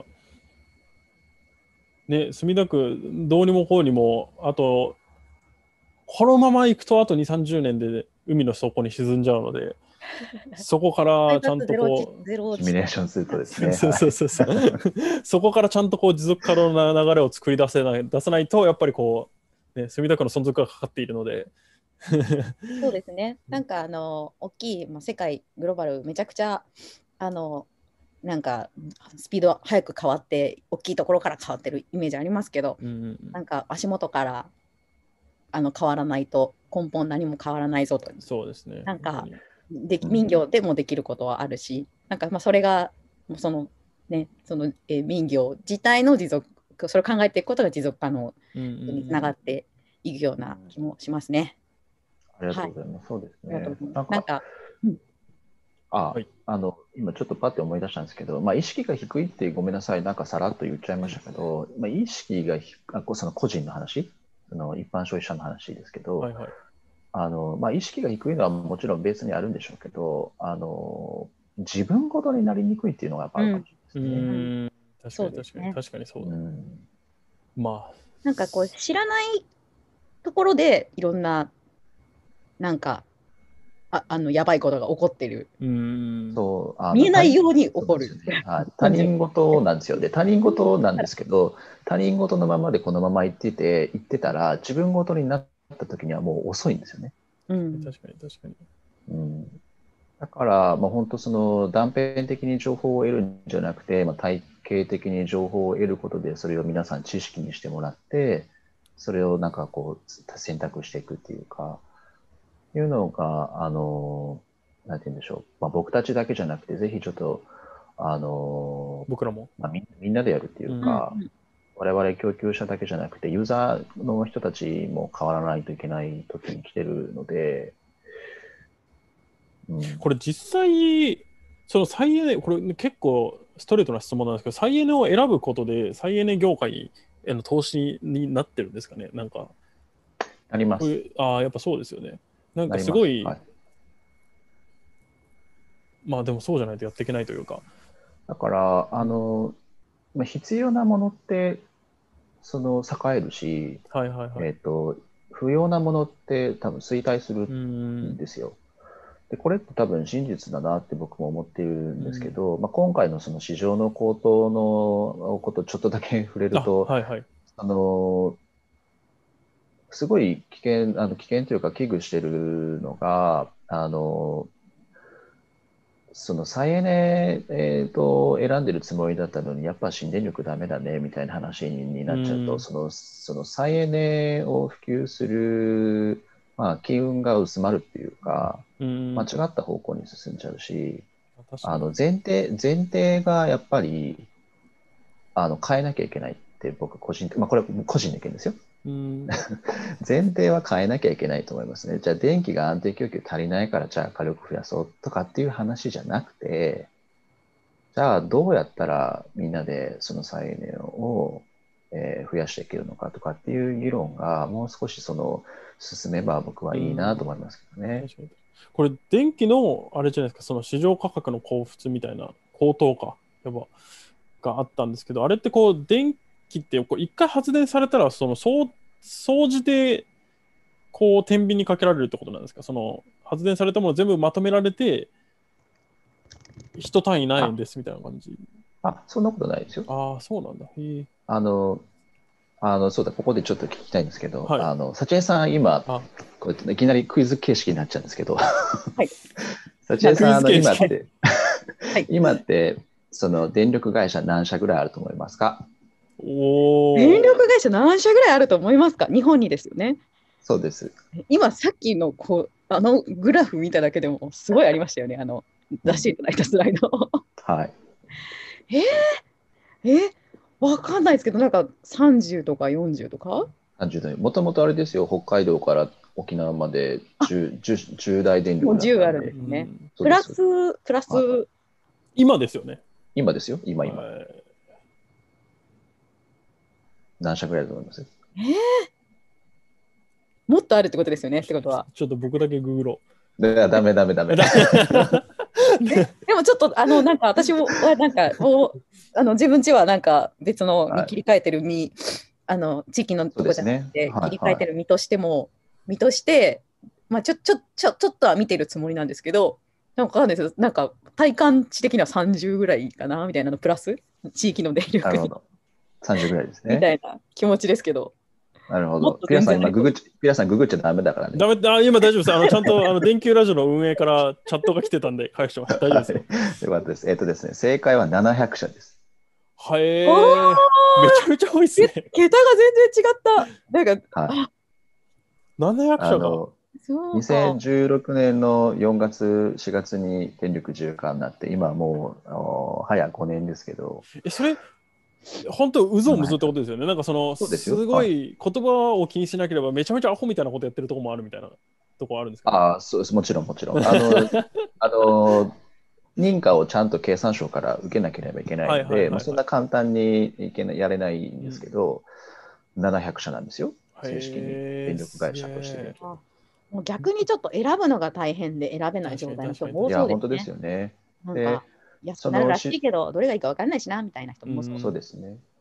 ね、墨田区どうにもこうにもこのまま行くとあと2、30年で海の底に沈んじゃうので、そこからちゃんとこうシミュレーションするとですねそこからちゃんとこう持続可能な流れを作り出さないとやっぱりこう、ね、墨田区の存続がかかっているのでそうですね。なんか大きい、世界グローバルめちゃくちゃなんかスピード速く変わって大きいところから変わってるイメージありますけど、なんか足元から変わらないと根本何も変わらないぞと。 そうですね。 なんか民業でもできることはあるし、なんかそれが民業自体の持続、それを考えていくことが持続可能につながっていくような気もしますね。 ありがとうございます。そうですね。今ちょっとパッて思い出したんですけど、意識が低いってごめんなさい、なんかさらっと言っちゃいましたけど、意識がその個人の話、一般消費者の話ですけど、意識が低いのはもちろんベースにあるんでしょうけど、自分ごとになりにくいっていうのがやっぱあるかもしれないですね。 確かにそうだ。 なんかこう知らないところでいろんななんかやばいことが起こってる。 そう見えないように起こる。 他人事なんですよ。で、他人事なんですけど、他人事のままでこのまま行ってたら、自分事になった時にはもう遅いんですよね。 確かに。 だから、本当その断片的に情報を得るんじゃなくて、体系的に情報を得ることで、それを皆さん知識にしてもらって、それをなんかこう選択していくっていうか、いうのが、なんて言うんでしょう。僕たちだけじゃなくて、ぜひちょっと、 僕らも、 みんなでやるっていうか、我々供給者だけじゃなくて、ユーザーの人たちも変わらないといけない時に来てるので、 これ実際、その再エネ、これ結構ストレートな質問なんですけど、再エネを選ぶことで、再エネ業界への投資になってるんですかね、なんか。 あります。 やっぱそうですよね。なんかすごい、でもそうじゃないとやっていけないというか。 だから、必要なものって、栄えるし、不要なものって多分衰退するんですよ。でこれって多分真実だなって僕も思っているんですけど、今回のその市場の高騰のことちょっとだけ触れると、すごい危険というか危惧してるのが、その再エネ、選んでるつもりだったのにやっぱ新電力ダメだねみたいな話になっちゃうと、その再エネを普及する機運が薄まるっていうか、間違った方向に進んじゃうし、前提がやっぱり変えなきゃいけないって僕個人的、これは個人の意見ですよ。前提は変えなきゃいけないと思いますね。じゃあ電気が安定供給足りないからじゃあ火力増やそうとかっていう話じゃなくて、じゃあどうやったらみんなでその再エネを増やしていけるのかとかっていう議論がもう少し進めば僕はいいなと思いますけどね。 これ電気のあれじゃないですか、その市場価格の高騰みたいな高騰かがあったんですけど、あれってこう電気って一回発電されたら総じてこう天秤にかけられるってことなんですか。その発電されたもの全部まとめられて一単位ないんですみたいな感じ。 そんなことないですよ。 そうなんだ。 そうだ、ここでちょっと聞きたいんですけど、幸恵さん、今、こうやっていきなりクイズ形式になっちゃうんですけど、幸恵さん、今って、その電力会社何社ぐらいあると思いますか？ 電力会社何社ぐらいあると思いますか？日本にですよね。 そうです。 今、さっきのグラフ見ただけでもすごいありましたよね。出していただいたスライド。 はい。 わかんないですけど、なんか30とか40とか 30代。もともとあれですよ、北海道から沖縄まで 10大電力もう10あるんですね。プラス、 今ですよね。 今ですよ、今。何社ぐらいだと思います？ もっとあるってことですよね、ってことは。 ちょっと僕だけググろう。 ダメ。でもちょっとなんか私もなんか自分家はなんか別のに切り替えてる地域のとこじゃなくて切り替えてる身としてちょっとは見てるつもりなんですけど、なんかわかんないです。なんか体感値的には30ぐらいかなみたいなのプラス地域の電力に 30ぐらいですね。 みたいな気持ちですけど。 なるほど。ピラさんググっちゃダメだからね。 今大丈夫です。ちゃんと電球ラジオの運営からチャットが来てたんで返してます。大丈夫ですよ。よかったです。ですね、正解は700社です。 めちゃめちゃ多いですね。 桁が全然違った。なんか、 700社が。 2016年の4月、4月に電力自由化になって、今もう早5年ですけど。 それ本当うぞうむぞってことですよね。なんかすごい言葉を気にしなければめちゃめちゃアホみたいなことやってるところもあるみたいなところあるんですか？ そうです。もちろん。認可をちゃんと経産省から受けなければいけないので、そんな簡単にやれないんですけど、700社なんですよ。正式に電力会社として。 もう逆にちょっと選ぶのが大変で選べない状態の人も多そうですね。 いや、本当ですよね。 安くなるらしいけど、どれがいいか分かんないしなみたいな人もそうですね。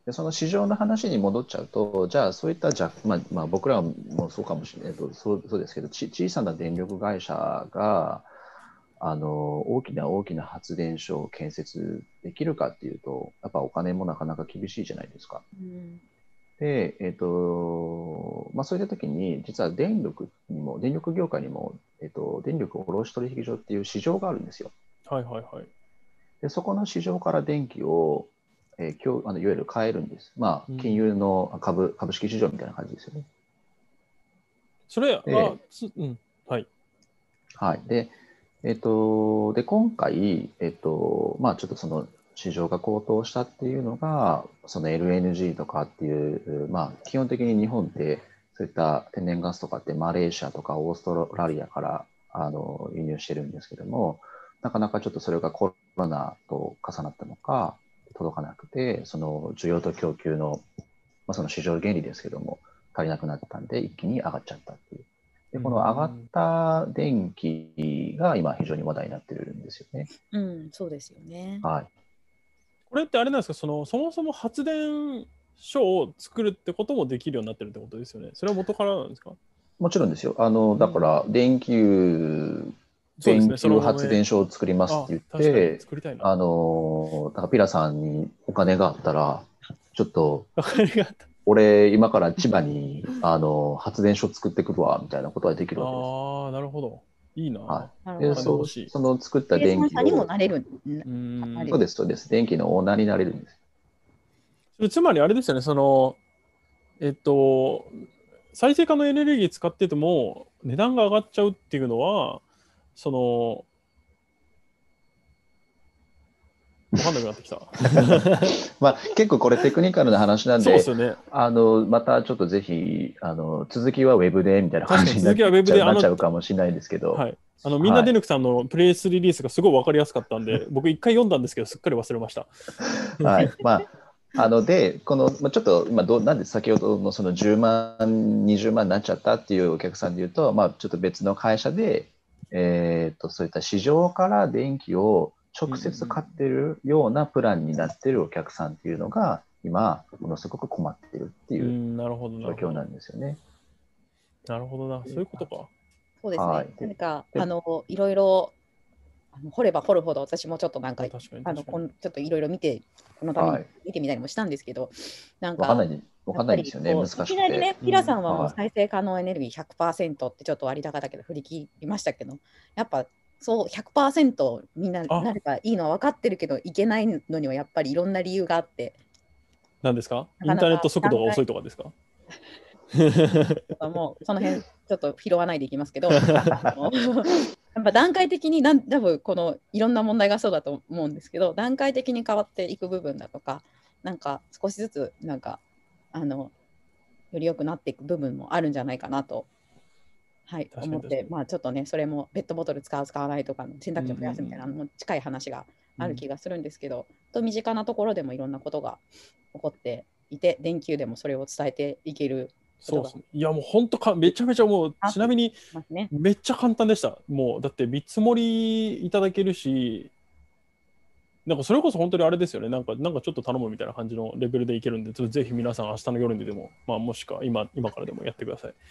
でその市場の話に戻っちゃうと、じゃあそういった僕らもそうかもしれないけど、そうですけど、小さな電力会社が大きな発電所を建設できるかっていうと、やっぱお金もなかなか厳しいじゃないですか。で、そういった時に、実は電力業界にも、電力卸取引所っていう市場があるんですよ。 はいはいはい。 で、そこの市場から電気をいわゆる買えるんです。金融の株式市場みたいな感じですよね。 それ、はい。 はい。で、今回、ちょっとその市場が高騰したっていうのが、その LNG とかっていう、基本的に日本ってそういった天然ガスとかってマレーシアとかオーストラリアから輸入してるんですけども、なかなかちょっとそれがコロナと重なったのか、届かなくて、その需要と供給の、その市場原理ですけども、足りなくなったんで、一気に上がっちゃったっていう。で、この上がった電気が今非常に話題になってるんですよね。 そうですよね。 はい。 これってあれなんですか、そもそも発電所を作るってこともできるようになってるってことですよね。それは元からなんですか？ もちろんですよ。だから、電球発電所を作りますって言って、 作りたいな。 だからピラさんにお金があったら、ちょっと、俺、今から千葉に発電所作ってくるわ、みたいなことはできるわけです。 ああ、なるほど。いいな。 はい。で、その作った電気にもなれる。 そうです、そうです。電気のオーナーになれるんです。 つまりあれですよね、再生可能エネルギー使ってても値段が上がっちゃうっていうのは、分かんなくなってきた。 結構これテクニカルな話なんで、 そうですよね。 またちょっとぜひ続きはウェブでみたいな感じになっちゃうかもしれないですけど、 はい、みんな電力さんのプレスリリースがすごい分かりやすかったんで、僕一回読んだんですけど、すっかり忘れました。 はい。で、ちょっと今なんで先ほどのその10万、20万になっちゃったっていうお客さんで言うと、ちょっと別の会社で、そういった市場から電気を直接買ってるようなプランになってるお客さんっていうのが今ものすごく困ってるっていう状況なんですよね。 なるほどな、そういうことか。 そうですね。何かいろいろ掘れば掘るほど私もちょっとなんかちょっといろいろこのために見てみたりもしたんですけど、なんかわかんないですよね、難しくて。 いきなりね、ピラさんはもう再生可能エネルギー 100% ってちょっと割高だけど振り切りましたけど、やっぱそう 100% みんななればいいのは分かってるけど、いけないのにはやっぱりいろんな理由があって。 何ですか？インターネット速度が遅いとかですか？ もうその辺ちょっと拾わないでいきますけど、やっぱ段階的に多分このいろんな問題がそうだと思うんですけど、段階的に変わっていく部分だとか、なんか少しずつなんかより良くなっていく部分もあるんじゃないかなと、思って、ちょっとね、それもペットボトル使わないとかの選択肢を増やすみたいなのも近い話がある気がするんですけど、身近なところでもいろんなことが起こっていて、電球でもそれを伝えていける。 そうですね。いやもう本当めちゃめちゃもうちなみにめっちゃ簡単でした。もうだって見積もりいただけるし、なんかそれこそ本当にあれですよね。なんかちょっと頼むみたいな感じのレベルでいけるんで、ぜひ皆さん明日の夜にでも、もしくは今からでもやってください。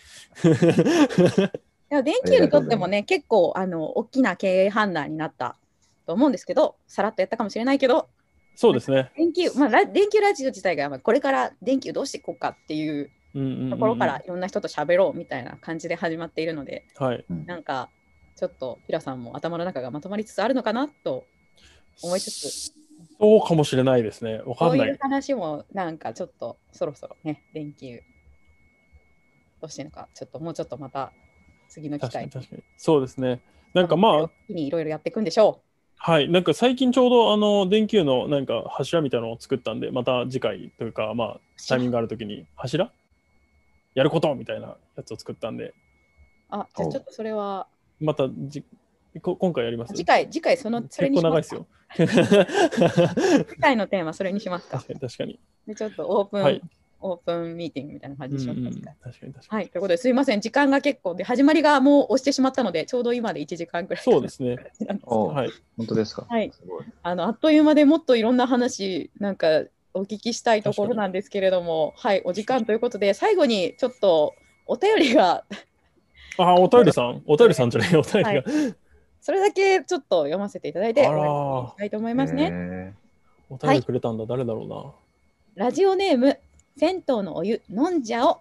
電球にとってもね、結構大きな経営判断になったと思うんですけど、さらっとやったかもしれないけど、 そうですね。 電球ラジオ自体がこれから電球どうしていこうかっていうところからいろんな人と喋ろうみたいな感じで始まっているので、なんかちょっとピラさんも頭の中がまとまりつつあるのかなと思いつつ、 そうかもしれないですね。わかんない。 そういう話もなんかちょっとそろそろね、電球どうしてるのか、もうちょっとまた次の機会確かにそうですね。なんかいろいろやっていくんでしょう。 はい、なんか最近ちょうど電球のなんか柱みたいなのを作ったんで、また次回というかタイミングがあるときに柱やることみたいなやつを作ったんで。 じゃあちょっとそれはまた今回やります。 次回それにしますか。 結構長いですよ。 次回のテーマそれにしますか。 確かに。 でちょっとオープンミーティングみたいな感じにしますか。 確かに。 はい、ということですいません、時間が結構で、始まりがもう押してしまったので、ちょうど今で1時間くらい。 そうですね。 はい。本当ですか。 はい。あっという間でもっといろんな話、なんかお聞きしたいところなんですけれども、はい、お時間ということで、最後にちょっとお便りがお便りさんじゃない、お便りが。 はい、それだけちょっと読ませていただいて、 あらー、 終わりにしたいと思いますね。 お便りくれたんだ、誰だろうな。 ラジオネーム、銭湯のお湯飲んじゃお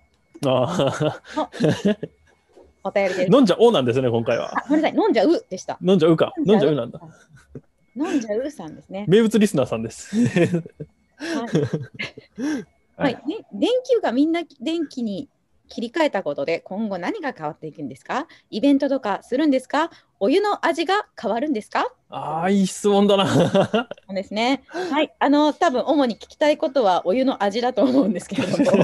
お便りです。 飲んじゃおなんですね、今回は。 ごめんなさい、飲んじゃうでした。 飲んじゃうか。飲んじゃうなんだ。 飲んじゃうさんですね。 名物リスナーさんです。 はい、電球がみんな電気に切り替えたことで今後何が変わっていくんですか？イベントとかするんですか？お湯の味が変わるんですか？ いい質問だな。 そうですね。はい、多分主に聞きたいことはお湯の味だと思うんですけれども。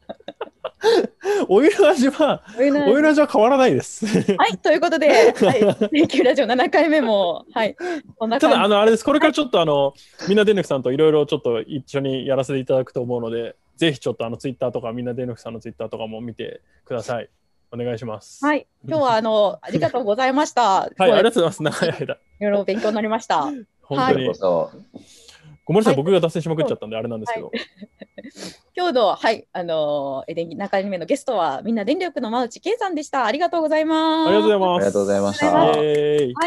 お湯の味は変わらないです。 はい、ということで、電球ラジオ7回目も、はい、こんな感じ。 ただあれです、これからちょっとみんな電力さんといろいろちょっと一緒にやらせていただくと思うので、ぜひちょっとツイッターとかみんな電力さんのツイッターとかも見てください。お願いします。 はい、今日はありがとうございました。 はい、ありがとうございます。長い間。 いろいろ勉強になりました。 本当に。ごめんなさい、僕が脱線しまくっちゃったんであれなんですけど。 今日の、はい、中回目のゲストはみんな電力の馬内健さんでした。ありがとうございます。 ありがとうございます。 ありがとうございました。 はい、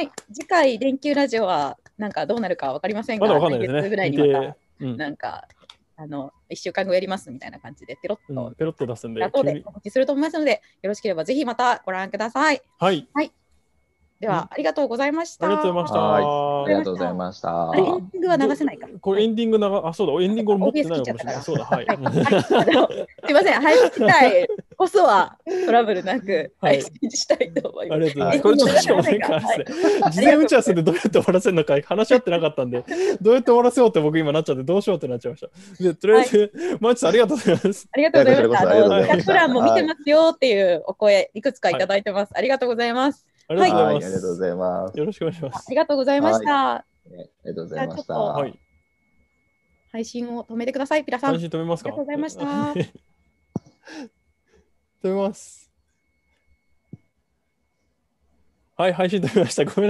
次回電球ラジオはなんかどうなるかわかりませんが、 まだわかんないですね。 来月ぐらいにまた、なんか1週間後やりますみたいな感じでペロッと出すんで、 後で告知すると思いますので、よろしければぜひまたご覧ください。 はい。 では、ありがとうございました。 ありがとうございました。 ありがとうございました。 エンディングは流せないか。 これエンディングそうだ、エンディングを持ってないのかもしれない。そうだ、はい。 すいません、配信自体こそはトラブルなく配信したいと思います。 ありがとうございます。これちょっとしかもね、事前打ち合わせでどうやって終わらせるのか話し合ってなかったんで、どうやって終わらせようって僕今なっちゃって、どうしようってなっちゃいました。で、とりあえず、マーチさんありがとうございます。 ありがとうございました。企画欄も見てますよっていうお声、いくつかいただいてます。ありがとうございます。 ありがとうございます。 ありがとうございます。 よろしくお願いします。 ありがとうございました。 ありがとうございました。 配信を止めてください、ピラさん。 配信止めますか？ ありがとうございました。止めます。はい、配信止めました。ごめんなさい。